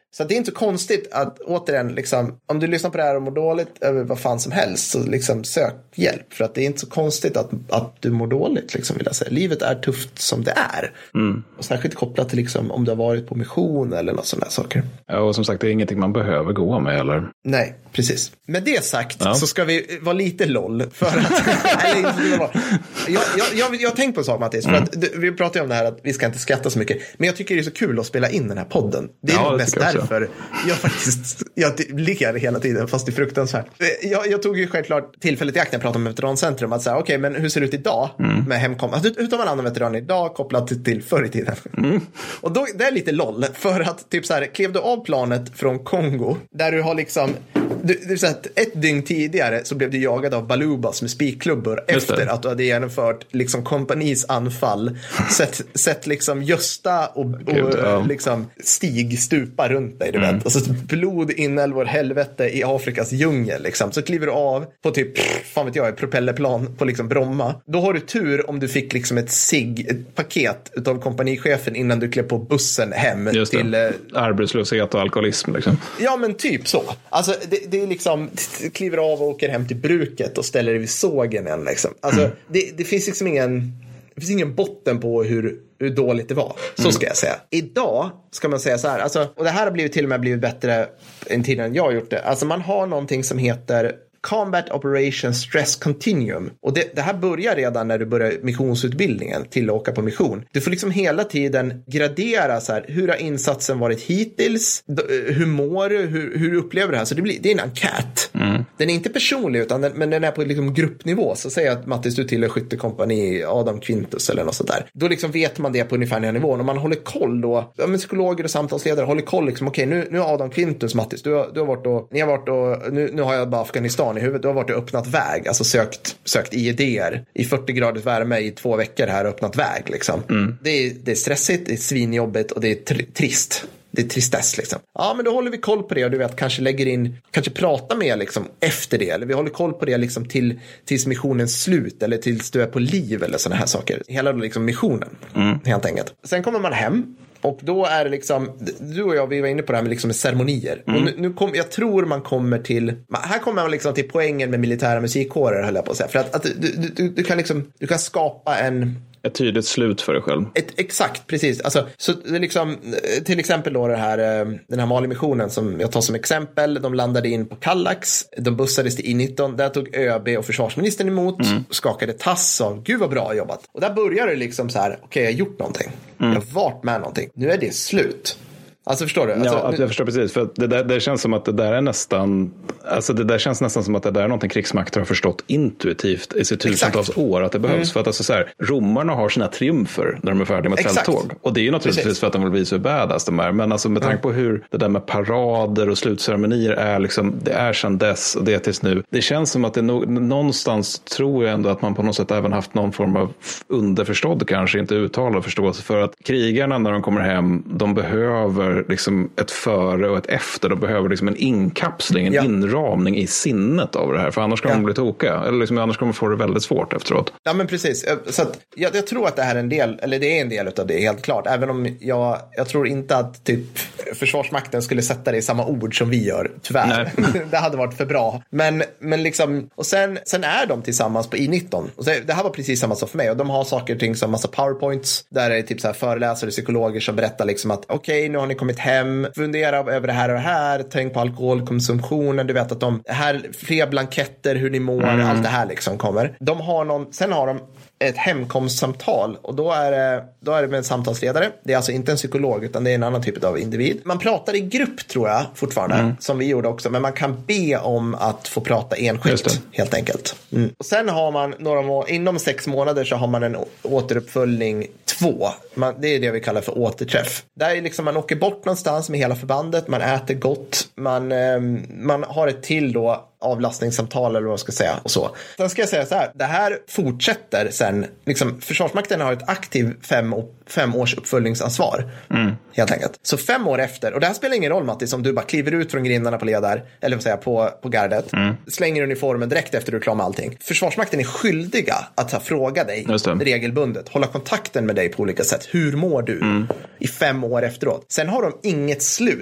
[SPEAKER 2] Så det är inte så konstigt att återigen, liksom, om du lyssnar på det här och mår dåligt över vad fan som helst, så liksom sök hjälp. För att det är inte så konstigt att, att du mår dåligt, liksom, vill jag säga. Livet är tufft som det är.
[SPEAKER 1] Mm.
[SPEAKER 2] Och särskilt kopplat till liksom, om du har varit på mission eller något sådana saker.
[SPEAKER 1] Ja, och som sagt, det är ingenting man behöver gå med, eller?
[SPEAKER 2] Nej, precis. Med det sagt
[SPEAKER 1] ja.
[SPEAKER 2] så ska vi vara lite loll. För att, eller, jag, jag, jag, jag har tänkt på en sak, Mattis. För att, vi pratar ju om det här att vi ska inte skratta så mycket. Men jag tycker det är så kul att spela in den här podden. Det är ja, mest jag därför jag faktiskt jag ligger hela tiden, fast det är fruktansvärt. Jag, jag tog ju självklart tillfället i akt när jag pratade med Veterancentrum att säga, okej, okay, men hur ser det ut idag mm. med hemkom? Alltså, hur tar man annan veteran idag kopplat till, till förr i tiden? Mm. Och då, det är lite loll, för att typ så här, klev du av planet från Kongo, där du har liksom Du, du sett ett dygn tidigare så blev du jagad av balubas med spikklubbor efter att du hade genomfört liksom kompanis anfall, sett, sett liksom Gösta och, och Gud, ja. liksom Stig stupa runt dig, du mm. vet. Alltså blod, inälvor, helvete i Afrikas djungel liksom. Så kliver du av på typ, fan vet jag, ett propellerplan på liksom Bromma. Då har du tur om du fick liksom ett sig, ett paket utav kompanichefen innan du klev på bussen hem till eh,
[SPEAKER 1] arbetslöshet och alkoholism liksom.
[SPEAKER 2] Ja, men typ så. Alltså det, det är liksom, kliver av och åker hem till bruket och ställer dig vid sågen igen liksom. Alltså mm. det, det finns liksom ingen det finns ingen botten på hur, hur dåligt det var. Så mm. ska jag säga. Idag ska man säga så här, alltså, och det här har blivit till och med blivit bättre än tiden än jag har gjort det. Alltså man har någonting som heter Combat Operation Stress Continuum. Och det, det här börjar redan när du börjar missionsutbildningen till att åka på mission. Du får liksom hela tiden gradera så här, hur har insatsen varit hittills? Hur mår du? Hur, hur upplever du det här? Så det, blir, det är en enkät. Mm. Den är inte personlig, utan den, men den är på liksom gruppnivå. Så säg att Mattis, du tillhör skyttekompani Adam Quintus eller något sånt där. Då liksom vet man det på ungefär den här nivån. Och man håller koll då, ja, men psykologer och samtalsledare håller koll liksom, okej, okay, nu, nu har Adam Quintus, Mattis, du har, du har varit och, ni har varit och, nu, nu har jag bara Afghanistan i huvudet. Du har varit och öppnat väg, alltså sökt, sökt I E D-er i fyrtio graders värme i två veckor här och öppnat väg liksom. Mm. Det, är, det är stressigt, det är svinjobbigt och det är tr- trist. Det är tristess liksom. Ja, men då håller vi koll på det och du vet, kanske lägger in, kanske prata med liksom efter det, eller vi håller koll på det liksom till tills missionens slut eller tills du är på liv eller sådana här saker. Hela liksom missionen, mm. helt enkelt. Sen kommer man hem. Och då är det liksom, du och jag, vi var inne på det här med, liksom med ceremonier. Mm. Och nu, nu kom, jag tror man kommer till, här kommer man liksom till poängen med militära musikkårer, höll jag på att säga. För att, att du, du, du kan liksom, du kan skapa en...
[SPEAKER 1] Ett tydligt slut för dig själv.
[SPEAKER 2] Ett, exakt, precis. Alltså, så det liksom, till exempel då det här, den här Mali-missionen som jag tar som exempel. De landade in på Kallax. De bussades till I nitton. Där tog ÖB och försvarsministern emot. Mm. Skakade tass av, gud vad bra jobbat. Och där börjar det liksom så här, okej, okay, jag har gjort någonting. Mm. Jag har varit med någonting. Nu är det slut. Alltså förstår du? Alltså,
[SPEAKER 1] ja,
[SPEAKER 2] nu...
[SPEAKER 1] jag förstår precis. För det, där, det känns som att det där är nästan, alltså det där känns nästan som att det där är någonting krigsmakten har förstått intuitivt i sitt tusentals år att det behövs. Mm. För att alltså så här, romarna har sina triumfer när de är färdiga med ett fälttåg. Och det är ju naturligtvis precis. För att de vill visa hur badass de är. Men alltså med tanke på hur det där med parader och slutceremonier är liksom, det är sedan dess och det är tills nu. Det känns som att det no, någonstans tror jag ändå att man på något sätt även haft någon form av underförstådd, kanske inte uttalad förståelse för att krigarna när de kommer hem, de behöver liksom ett före och ett efter. De behöver liksom en inkapsling, en ja. inramning i sinnet av det här. För annars kommer ja. de bli tokiga. Eller liksom, annars kommer de få det väldigt svårt efteråt.
[SPEAKER 2] Ja, men precis. Så att jag, jag tror att det här är en del, eller det är en del av det, helt klart. Även om jag, jag tror inte att typ Försvarsmakten skulle sätta det i samma ord som vi gör, tyvärr. Det hade varit för bra. Men, men liksom, och sen, sen är de tillsammans på I nitton. Och så, det här var precis samma som för mig. Och de har saker och ting som massa powerpoints. Där det är typ så här föreläsare, psykologer som berättar liksom att okej, okay, nu har ni kommit hem, fundera över det här och det här, tänk på alkoholkonsumtionen, du vet att de här fler blanketter, hur ni mår, mm. allt det här liksom kommer. De har någon, sen har de ett hemkomstsamtal och då är det, då är det med en samtalsledare. Det är alltså inte en psykolog utan det är en annan typ av individ. Man pratar i grupp tror jag fortfarande, mm. som vi gjorde också, men man kan be om att få prata enskilt helt enkelt. Mm. Och sen har man några må- inom sex månader så har man en återuppföljning två. Man, det är det vi kallar för återträff. Där är liksom man åker bort någonstans med hela förbandet, man äter gott, man, eh, man har ett till då avlastningssamtal eller vad jag ska säga och så. Sen ska jag säga så här, det här fortsätter sen, liksom Försvarsmakten har ett aktiv fem, fem års uppföljningsansvar mm. helt enkelt. Så fem år efter, och det här spelar ingen roll Mattis, om du bara kliver ut från grindarna på ledar, eller vad säger på, på gardet, mm. slänger uniformen direkt efter du är klar med allting. Försvarsmakten är skyldiga att ha fråga dig regelbundet, hålla kontakten med dig på olika sätt. Hur mår du mm. i fem år efteråt? Sen har de inget slut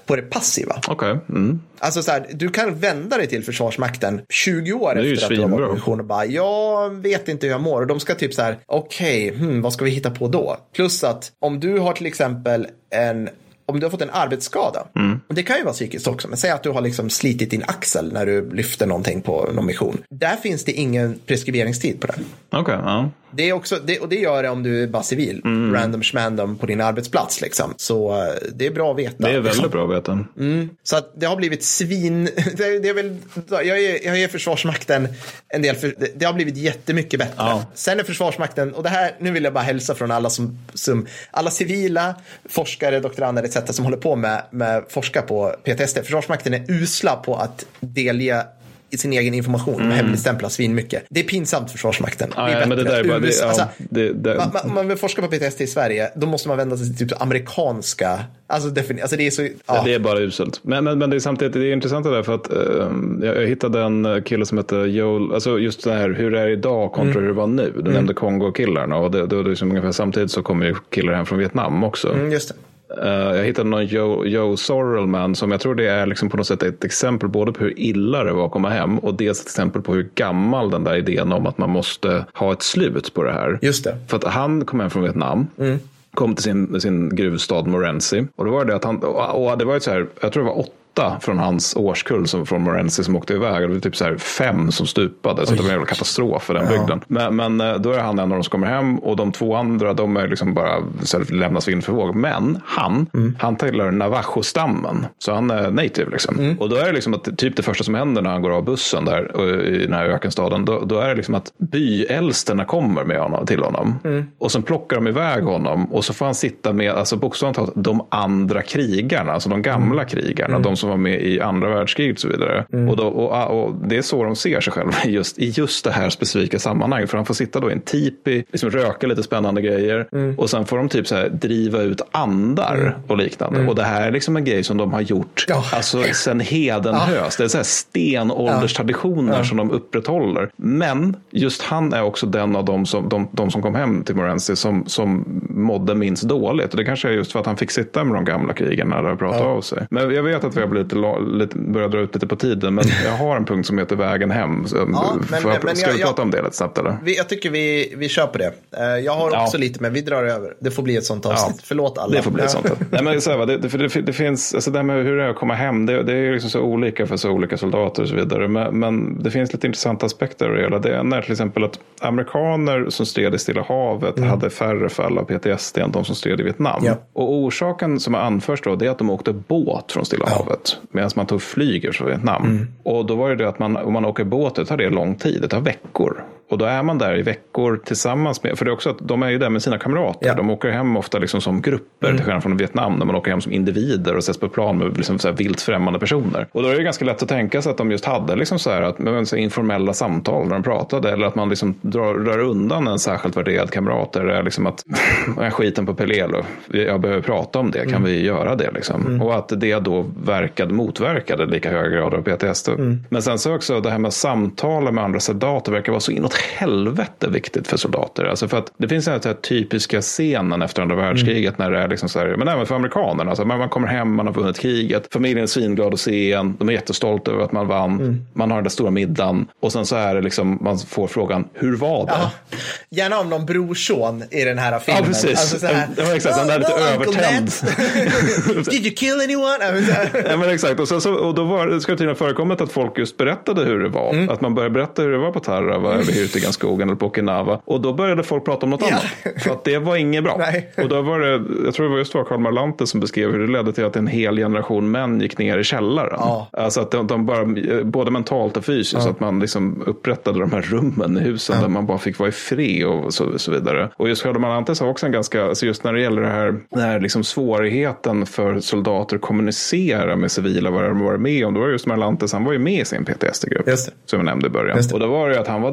[SPEAKER 2] på det passiva.
[SPEAKER 1] Okej. Okay. Mm.
[SPEAKER 2] Alltså så här, du kan vända dig till Försvarsmakten tjugo år efter att du har varit på mission och bara, jag vet inte hur jag mår. Och de ska typ så här, okej, okay, hmm, vad ska vi hitta på då? Plus att om du har till exempel en om du har fått en arbetsskada, mm. det kan ju vara psykiskt också, men säg att du har liksom slitit din axel när du lyfter någonting på någon mission. Där finns det ingen preskriberingstid på det.
[SPEAKER 1] Okej, okay, ja.
[SPEAKER 2] Det är också, det, och det gör det om du är bara civil. Mm. Random schmandom på din arbetsplats liksom. Så det är bra att veta.
[SPEAKER 1] Det är väldigt
[SPEAKER 2] liksom.
[SPEAKER 1] bra att veta.
[SPEAKER 2] Mm. Så att det har blivit svin... Det, det är väl, jag, är, jag är Försvarsmakten en del... För, det, det har blivit jättemycket bättre. Ja. Sen är Försvarsmakten... Och det här, nu vill jag bara hälsa från alla som... som alla civila, forskare, doktorander et cetera som håller på med, med forska på P T S D. Försvarsmakten är usla på att delge i sin egen information med mm. hemligstämpla svin mycket. Det är pinsamt Försvarsmakten.
[SPEAKER 1] Ah, ja, men det där är bara, det, alltså, ja, det, det.
[SPEAKER 2] Man, man, man vill forska på P T S D i Sverige, då måste man vända sig till typ amerikanska, alltså, defini- alltså det är så ja.
[SPEAKER 1] Ja, det är bara uselt. Men, men, men det är samtidigt det är intressant det där för att uh, jag, jag hittade en kille som heter Joel, alltså just det här hur det är idag kontra mm. hur det var nu. Du mm. nämnde Kongo-killarna och det, det, det är som ungefär samtidigt så kommer ju killar hem från Vietnam också.
[SPEAKER 2] Mm, just det.
[SPEAKER 1] Uh, jag hittade någon Joe, Joe Sorrellman som jag tror det är liksom på något sätt ett exempel både på hur illa det var att komma hem och dels ett exempel på hur gammal den där idén om att man måste ha ett slut på det här.
[SPEAKER 2] Just det.
[SPEAKER 1] För att han kom hem från Vietnam. Mm. Kom till sin, sin gruvstad Morenci. Och det var det att han, och, och det var ett så här, jag tror det var åtta från hans årskull som från Morenci som åkte iväg. Det var typ så här fem som stupade. Så det var en jävla katastrof för den ja. bygden. Men, men då är han en av de som kommer hem och de två andra de är liksom bara så här, lämnas vind för våg. Men han, mm. han tillhör Navajo-stammen. Så han är native liksom. Mm. Och då är det liksom att typ det första som händer när han går av bussen där i den här ökenstaden. Då, då är det liksom att byäldsterna kommer med honom, till honom. Mm. Och sen plockar de iväg honom. Och så får han sitta med, alltså bokstavligt talat, de andra krigarna. Alltså de gamla mm. krigarna. Mm. De som var med i andra världskriget och så vidare. Mm. Och, då, och, och det är så de ser sig själva just, i just det här specifika sammanhanget. För han får sitta då i en tipi, liksom röka lite spännande grejer. Mm. Och sen får de typ så här driva ut andar mm. och liknande. Mm. Och det här är liksom en grej som de har gjort ja. alltså sen hedenhös. Ja. Det är så här stenålderstraditioner ja. som de upprätthåller. Men just han är också den av dem som, de, de som kom hem till Morenci som, som mådde minst dåligt. Och det kanske är just för att han fick sitta med de gamla krigarna där och prata ja. av sig. Men jag vet att vi har blivit lite, lite, börjat dra ut lite på tiden. Men jag har en punkt som heter vägen hem. Så, ja, men, jag, men ska jag, vi prata jag, om det lite snabbt eller?
[SPEAKER 2] Vi, jag tycker vi, vi kör på det. Jag har också ja. lite, men vi drar över. Det får bli ett sånt avsnitt. Ja. Förlåt alla.
[SPEAKER 1] Det får bli ett sånt. Nej, men så här, det, det, det, det finns, alltså det här med hur det är att komma hem, det, det är liksom så olika för så olika soldater och så vidare. Men, men det finns lite intressanta aspekter av det hela. Det är till exempel att amerikaner som stred i Stilla havet mm. hade färre fall av P T S D än de som stred i Vietnam. Ja. Och orsaken som anförs då, det är att de åkte båt från Stilla ja. havet. Medan man tog flyger från Vietnam. Mm. Och då var det det att man, om man åker båt, det tar det lång tid, det tar veckor. Och då är man där i veckor tillsammans med, för det är också att de är ju där med sina kamrater. Ja. De åker hem ofta liksom som grupper mm. till skillnad från Vietnam, när man åker hem som individer och sätts på plan med liksom så här vilt främmande personer. Och då är det ganska lätt att tänka sig att de just hade liksom så här att, med så här informella samtal när de pratade, eller att man liksom drar, drar undan en särskilt värderad kamrat, där det är liksom att jag skiten på Pelelo, jag behöver prata om det, kan mm. vi göra det liksom? Mm. Och att det då verkade, motverkade lika höga grader av P T S D. Mm. Men sen så också det här med samtal med andra soldater verkar vara så inåt helvete viktigt för soldater. Alltså för att det finns den här typiska scenen efter andra världskriget mm. när det är liksom så här, men även för amerikanerna, alltså man kommer hem, man har vunnit kriget, familjen är svinglad att se en, de är jättestolta över att man vann, mm. man har den där stora middagen och sen så är det liksom, man får frågan, hur var det? Ja.
[SPEAKER 2] Gärna om någon brorson i den här filmen.
[SPEAKER 1] Ja, precis. Alltså så här, det var exakt, den där lite övertänd.
[SPEAKER 2] Did you kill anyone?
[SPEAKER 1] Ja, men exakt, och, så, så, och då var det, ska det tydligen förekommit att folk just berättade hur det var. Mm. Att man började berätta hur det var på Tarawa, över Hurtiganskogen eller på Okinawa. Och då började folk prata om något ja. annat. För att det var inget bra. Nej. Och då var det, jag tror det var just var Karl Marlante som beskrev hur det ledde till att en hel generation män gick ner i källaren. Ja. Alltså att de, de bara, både mentalt och fysiskt, ja. så att man liksom upprättade de här rummen i husen ja. där man bara fick vara i fred och så, så vidare. Och just Karl Marlante sa också en ganska, alltså just när det gäller det här, den här liksom svårigheten för soldater att kommunicera med civila, vad de var med om. Då var just Marlantes, han var ju med i sin P T S D-grupp. Som jag nämnde i början. Och då var det att han var där med folk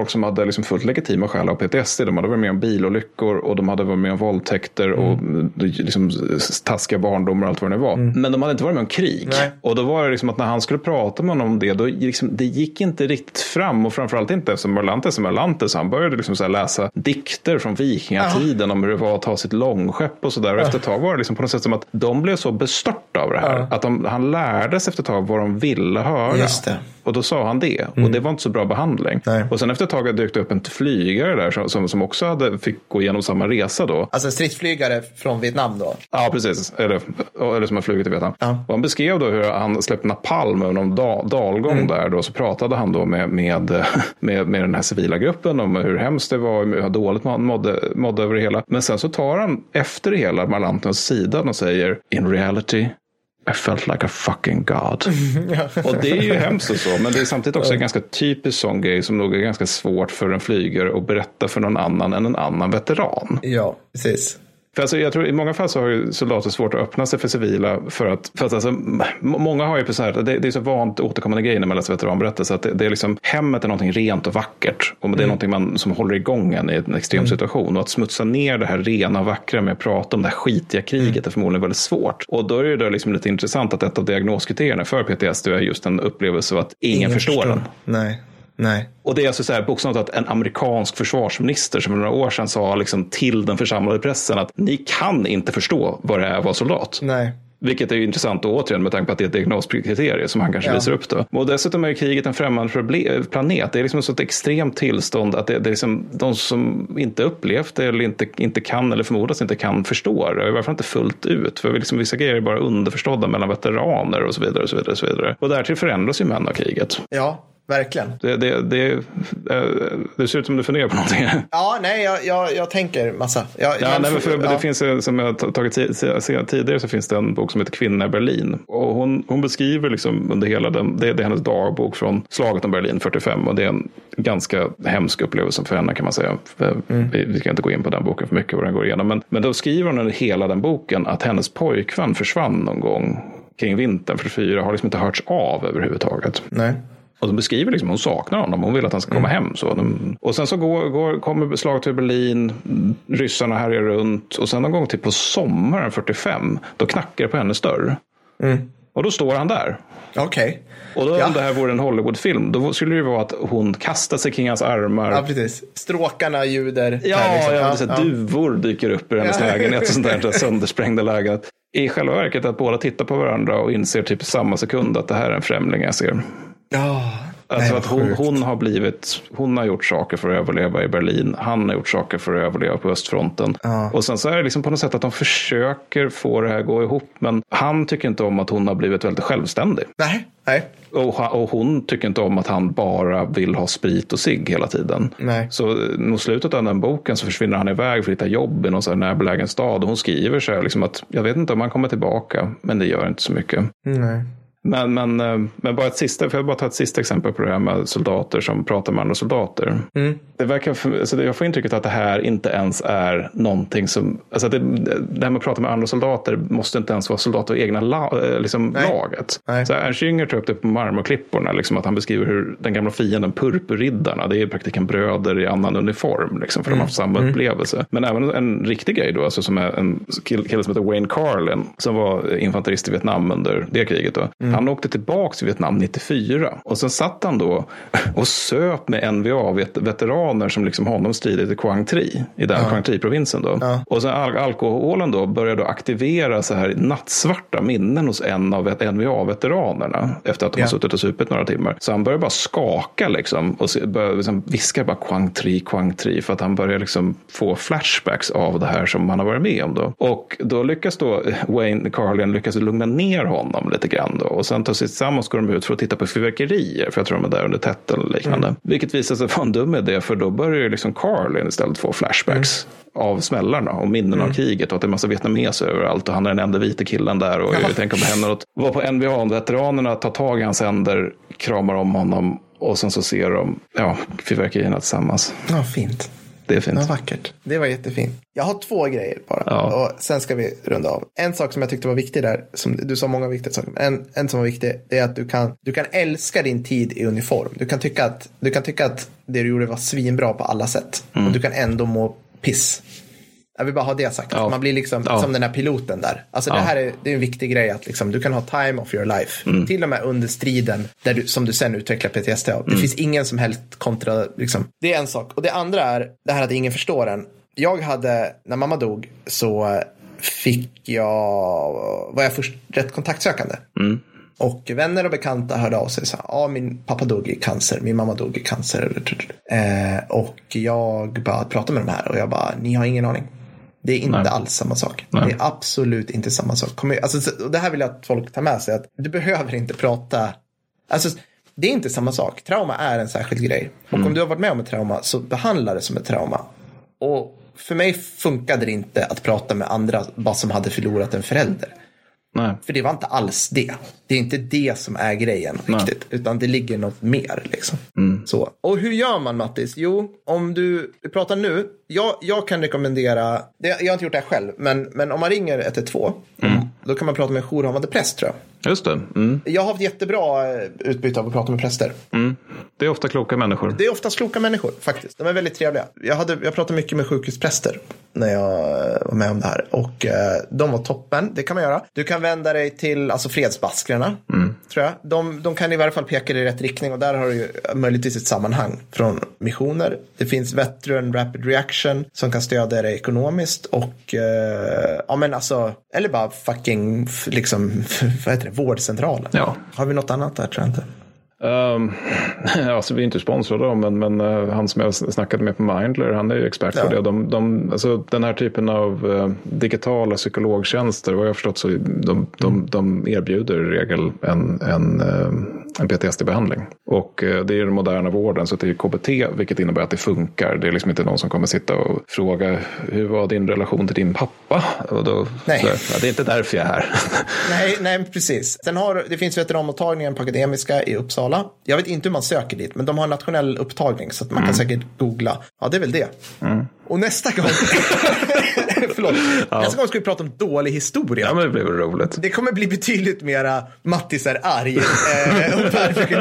[SPEAKER 1] folk som hade liksom fullt legitima skäl av P T S D. De hade varit med om bilolyckor och de hade varit med om våldtäkter mm. och liksom taskiga barndomar och allt vad det var. Mm. Men de hade inte varit med om krig. Nej. Och då var det liksom att när han skulle prata med honom om det, då liksom, det gick inte riktigt fram, och framförallt inte eftersom Merlantes är Merlantes. Han började liksom så här läsa dikter från vikingatiden om hur det var att ta sitt långskepp och sådär. Och efter ett tag var det liksom på något sätt som att de blev så bestörta av det här. Ja. Att de, han lärdes efter ett tag vad de ville höra.
[SPEAKER 2] Just det.
[SPEAKER 1] Och då sa han det. Mm. Och det var inte så bra behandling. Nej. Och sen efter ett tag dök det upp en flygare där som, som också hade, fick gå igenom samma resa då.
[SPEAKER 2] Alltså en stridsflygare från Vietnam då?
[SPEAKER 1] Ja, precis. Eller, eller som har flugit i Vietnam. Ja. Och han beskrev då hur han släppte napalm över någon da, dalgång mm. där då. Så pratade han då med, med, med, med den här civila gruppen om hur hemskt det var, hur dåligt man mådde, mådde över det hela. Men sen så tar han efter det hela Merlantens sidan och säger in reality I felt like a fucking god. Och det är ju hemskt och så, men det är samtidigt också en ganska typisk sån grej som nog är ganska svårt för en flygare att berätta för någon annan än en annan veteran.
[SPEAKER 2] Ja, precis.
[SPEAKER 1] För alltså, jag tror i många fall så har ju soldater svårt att öppna sig för civila för att, för att alltså, många har ju på så här, det, det är så vant återkommande grejer när man läser veteranberättelser att det, det är liksom, hemmet är någonting rent och vackert och det är mm. någonting man, som håller igång en i en extrem mm. situation, och att smutsa ner det här rena och vackra med att prata om det här skitiga kriget mm. är förmodligen väldigt svårt. Och då är det då liksom lite intressant att ett av diagnoskriterierna för P T S D är just en upplevelse av att ingen, ingen förstår, förstår den.
[SPEAKER 2] Nej. Nej.
[SPEAKER 1] Och det är alltså så här bokstavligt att en amerikansk försvarsminister som för några år sedan sa liksom till den församlade pressen att ni kan inte förstå vad det är att vara soldat.
[SPEAKER 2] Nej.
[SPEAKER 1] Vilket är ju intressant då, återigen med tanke på att det är ett diagnoskriterium som han kanske ja. visar upp då. Och dessutom är kriget en främmande planet. Det är liksom så ett extremt tillstånd att det, det är liksom de som inte upplevt det eller inte, inte kan eller förmodas inte kan förstå det. I varje fall inte fullt ut. För liksom, vissa grejer är bara underförstådda mellan veteraner och så vidare och så vidare och så vidare. Och därtill förändras ju män av kriget.
[SPEAKER 2] Ja. Verkligen.
[SPEAKER 1] Det, det, det, det ser ut som du funderar på någonting.
[SPEAKER 2] Ja, nej, jag, jag, jag tänker massa. Jag,
[SPEAKER 1] ja, nej, för, för, ja. Det finns, som jag tagit tidigare så finns det en bok som heter Kvinna i Berlin. Och hon, hon beskriver liksom under hela den, det, det är hennes dagbok från slaget om Berlin fyrtiofem. Och det är en ganska hemsk upplevelse för henne kan man säga. Mm. Vi, vi ska inte gå in på den boken för mycket vad den går igenom. Men, men då skriver hon under hela den boken att hennes pojkvän försvann någon gång kring vintern fyrtiofyra. Har liksom inte hörts av överhuvudtaget. Nej. Och de beskriver liksom, hon saknar honom, hon vill att han ska komma mm. hem. Så de, och sen så går, går, kommer slaget till Berlin, ryssarna härjar runt, och sen någon gång till på sommaren fyrtiofem, då knackar det på hennes dörr. Mm. Och då står han där.
[SPEAKER 2] Okej. Okay.
[SPEAKER 1] Och då, ja. om det här vore en Hollywoodfilm, då skulle det vara att hon kastar sig kring hans armar.
[SPEAKER 2] Ja, precis. Stråkarna ljuder.
[SPEAKER 1] Ja, liksom. ja, ja, ja. Duvor dyker upp i hennes ja. lägenhet och sånt där, söndersprängda lägenhet. I själva verket att båda tittar på varandra och inser typ i samma sekund att det här är en främling jag ser.
[SPEAKER 2] Ja,
[SPEAKER 1] alltså nej, att hon, hon har blivit, hon har gjort saker för att överleva i Berlin. Han har gjort saker för att överleva på östfronten. Ja. Och sen så är det liksom på något sätt att de försöker få det här gå ihop. Men han tycker inte om att hon har blivit väldigt självständig.
[SPEAKER 2] Nej, nej.
[SPEAKER 1] Och, och hon tycker inte om att han bara vill ha sprit och cigg hela tiden. Nej. Så mot slutet av den boken så försvinner han iväg för att hitta jobb i någon sån här närbelägen stad. Och hon skriver så här liksom att jag vet inte om han kommer tillbaka, men det gör inte så mycket. Nej. Men, men, men bara ett sista, för jag bara ta ett sista exempel på det här med soldater som pratar med andra soldater. Mm. Det verkar, alltså jag får intrycket att det här inte ens är någonting som, alltså det, det här med att prata med andra soldater måste inte ens vara soldater i egna la, liksom Nej. laget. Nej. Så Ernst Jünger tar upp det på Marmorklipporna, liksom att han beskriver hur den gamla fienden Purpurriddarna, det är i praktiken bröder i annan uniform, liksom, för mm. de har haft samma mm. upplevelse. Men även en riktig grej då, alltså som är en kille som heter Wayne Carlin, som var infanterist i Vietnam under det kriget då. Mm. Han åkte tillbaka till Vietnam nittiofyra och sen satt han då och söp med N V A-veteraner som liksom honom stridit i Quang Tri, i den ja. Quang Tri-provinsen då. Ja. Och sen al- alkoholen då började då aktivera så här nattsvarta minnen hos en av N V A-veteranerna efter att de ja. har suttit och supit några timmar. Så han började bara skaka liksom och började liksom viska bara Quang Tri, Quang Tri, för att han började liksom få flashbacks av det här som han har varit med om då. Och då lyckas då Wayne Carlin lyckas lugna ner honom lite grann då. Och sen tar sig tillsammans går de ut för att titta på fyrverkerier, för jag tror de är där under tätt eller liknande. Mm. Vilket visar sig vara en dum idé, för då börjar ju liksom Carlin istället få flashbacks mm. av smällarna och minnen mm. av kriget och att det är en massa vietnameser överallt och han är den enda vita killen där och ja. jag tänker på henne och var på N V A-veteranerna, tar tag i hans händer, kramar om honom och sen så ser de ja, fyrverkerierna tillsammans.
[SPEAKER 2] Ja, fint.
[SPEAKER 1] Det är fint.
[SPEAKER 2] Det var vackert. Det var jättefint. Jag har två grejer bara. Ja. Och sen ska vi runda av. En sak som jag tyckte var viktig där, som du sa många viktiga saker. En, en som var viktig, det är att du kan, du kan älska din tid i uniform. Du kan tycka att, du kan tycka att det du gjorde var svinbra på alla sätt. Mm. Och du kan ändå må piss. Jag vill bara ha det sagt. Ja. Man blir liksom ja. som den här piloten där. Alltså ja. det här är, det är en viktig grej att liksom, du kan ha time of your life. Mm. Till och med under striden där du, som du sen utvecklar P T S D av. Det mm. finns ingen som helst kontra. Liksom. Det är en sak. Och det andra är det här att ingen förstår en. Jag hade, när mamma dog så fick jag, var jag först rätt kontaktsökande. Mm. Och vänner och bekanta hörde av sig och sa, ja, min pappa dog i cancer, min mamma dog i cancer. Eh, och jag bara pratade med de här och jag bara, ni har ingen aning. Det är inte Nej. alls samma sak. Nej. Det är absolut inte samma sak. Kom, alltså, det här vill jag att folk tar med sig. Att du behöver inte prata. Alltså, det är inte samma sak. Trauma är en särskild grej. Och mm. om du har varit med om ett trauma så behandla det som ett trauma. Och för mig funkade det inte att prata med andra bara som hade förlorat en förälder. Nej. För det var inte alls det. Det är inte det som är grejen riktigt. Utan det ligger något mer liksom. Mm. Så. Och hur gör man, Mattis? Jo, om du pratar nu. Jag, jag kan rekommendera. Det, jag har inte gjort det själv. Men, men om man ringer ett ett två. Mm. Då kan man prata med en jourhavande präst, tror jag.
[SPEAKER 1] Just det. Mm.
[SPEAKER 2] Jag har haft jättebra utbyte av att prata med präster.
[SPEAKER 1] Mm. Det är ofta kloka människor.
[SPEAKER 2] Det är oftast kloka människor, faktiskt. De är väldigt trevliga. Jag, hade, jag pratade mycket med sjukhuspräster när jag var med om det här. Och eh, de var toppen. Det kan man göra. Du kan vända dig till alltså, fredsbaskrarna, mm. tror jag. De, de kan i varje fall peka dig i rätt riktning. Och där har du ju möjligtvis ett sammanhang från missioner. Det finns Veteran Rapid Reaction som kan stödja dig ekonomiskt. Och, eh, ja men alltså, eller bara fucking, liksom, vad heter det? Vårdcentralen. Ja. Har vi något annat där, tror jag inte.
[SPEAKER 1] Um, alltså vi är inte sponsrade då, men, men uh, han som jag snackade med på Mindler, han är ju expert ja. på det. De, de, alltså, den här typen av uh, digitala psykologtjänster, vad jag har förstått så de, de, de erbjuder i regel en, en, uh, en P T S D-behandling. Och uh, det är den moderna vården, så det är K B T, vilket innebär att det funkar. Det är liksom inte någon som kommer sitta och fråga, hur var din relation till din pappa? Och då,
[SPEAKER 2] nej.
[SPEAKER 1] Så, ja, det är inte därför jag är här.
[SPEAKER 2] nej, nej, precis. Sen har, det finns veteranmottagningen på Akademiska i Uppsala. Jag vet inte hur man söker dit, men de har en nationell upptagning så att man mm. kan säkert googla. Ja, det är väl det. Mm. Och nästa gång förlåt, ja. nästa gång ska vi prata om dålig historia.
[SPEAKER 1] Ja, men det blir väl roligt.
[SPEAKER 2] Det kommer bli betydligt mera Mattis är arg eh, och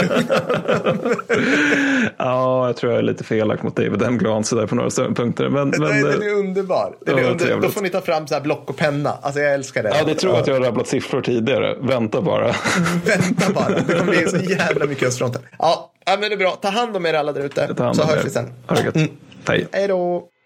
[SPEAKER 1] ja, jag tror jag är lite felak mot David M. Glans där på några punkter. Men, men,
[SPEAKER 2] Nej, den är underbar. Den är under, då får ni ta fram så här block och penna. Alltså jag älskar det.
[SPEAKER 1] Ja, det tror jag att jag har rabblat siffror tidigare. Vänta bara.
[SPEAKER 2] Vänta bara. Det kommer bli så jävla mycket östfronten. Ja, men det är bra. Ta hand om er alla där ute. Så hörs vi sen.
[SPEAKER 1] Ha det gött. Mm. Hej.
[SPEAKER 2] Hej då.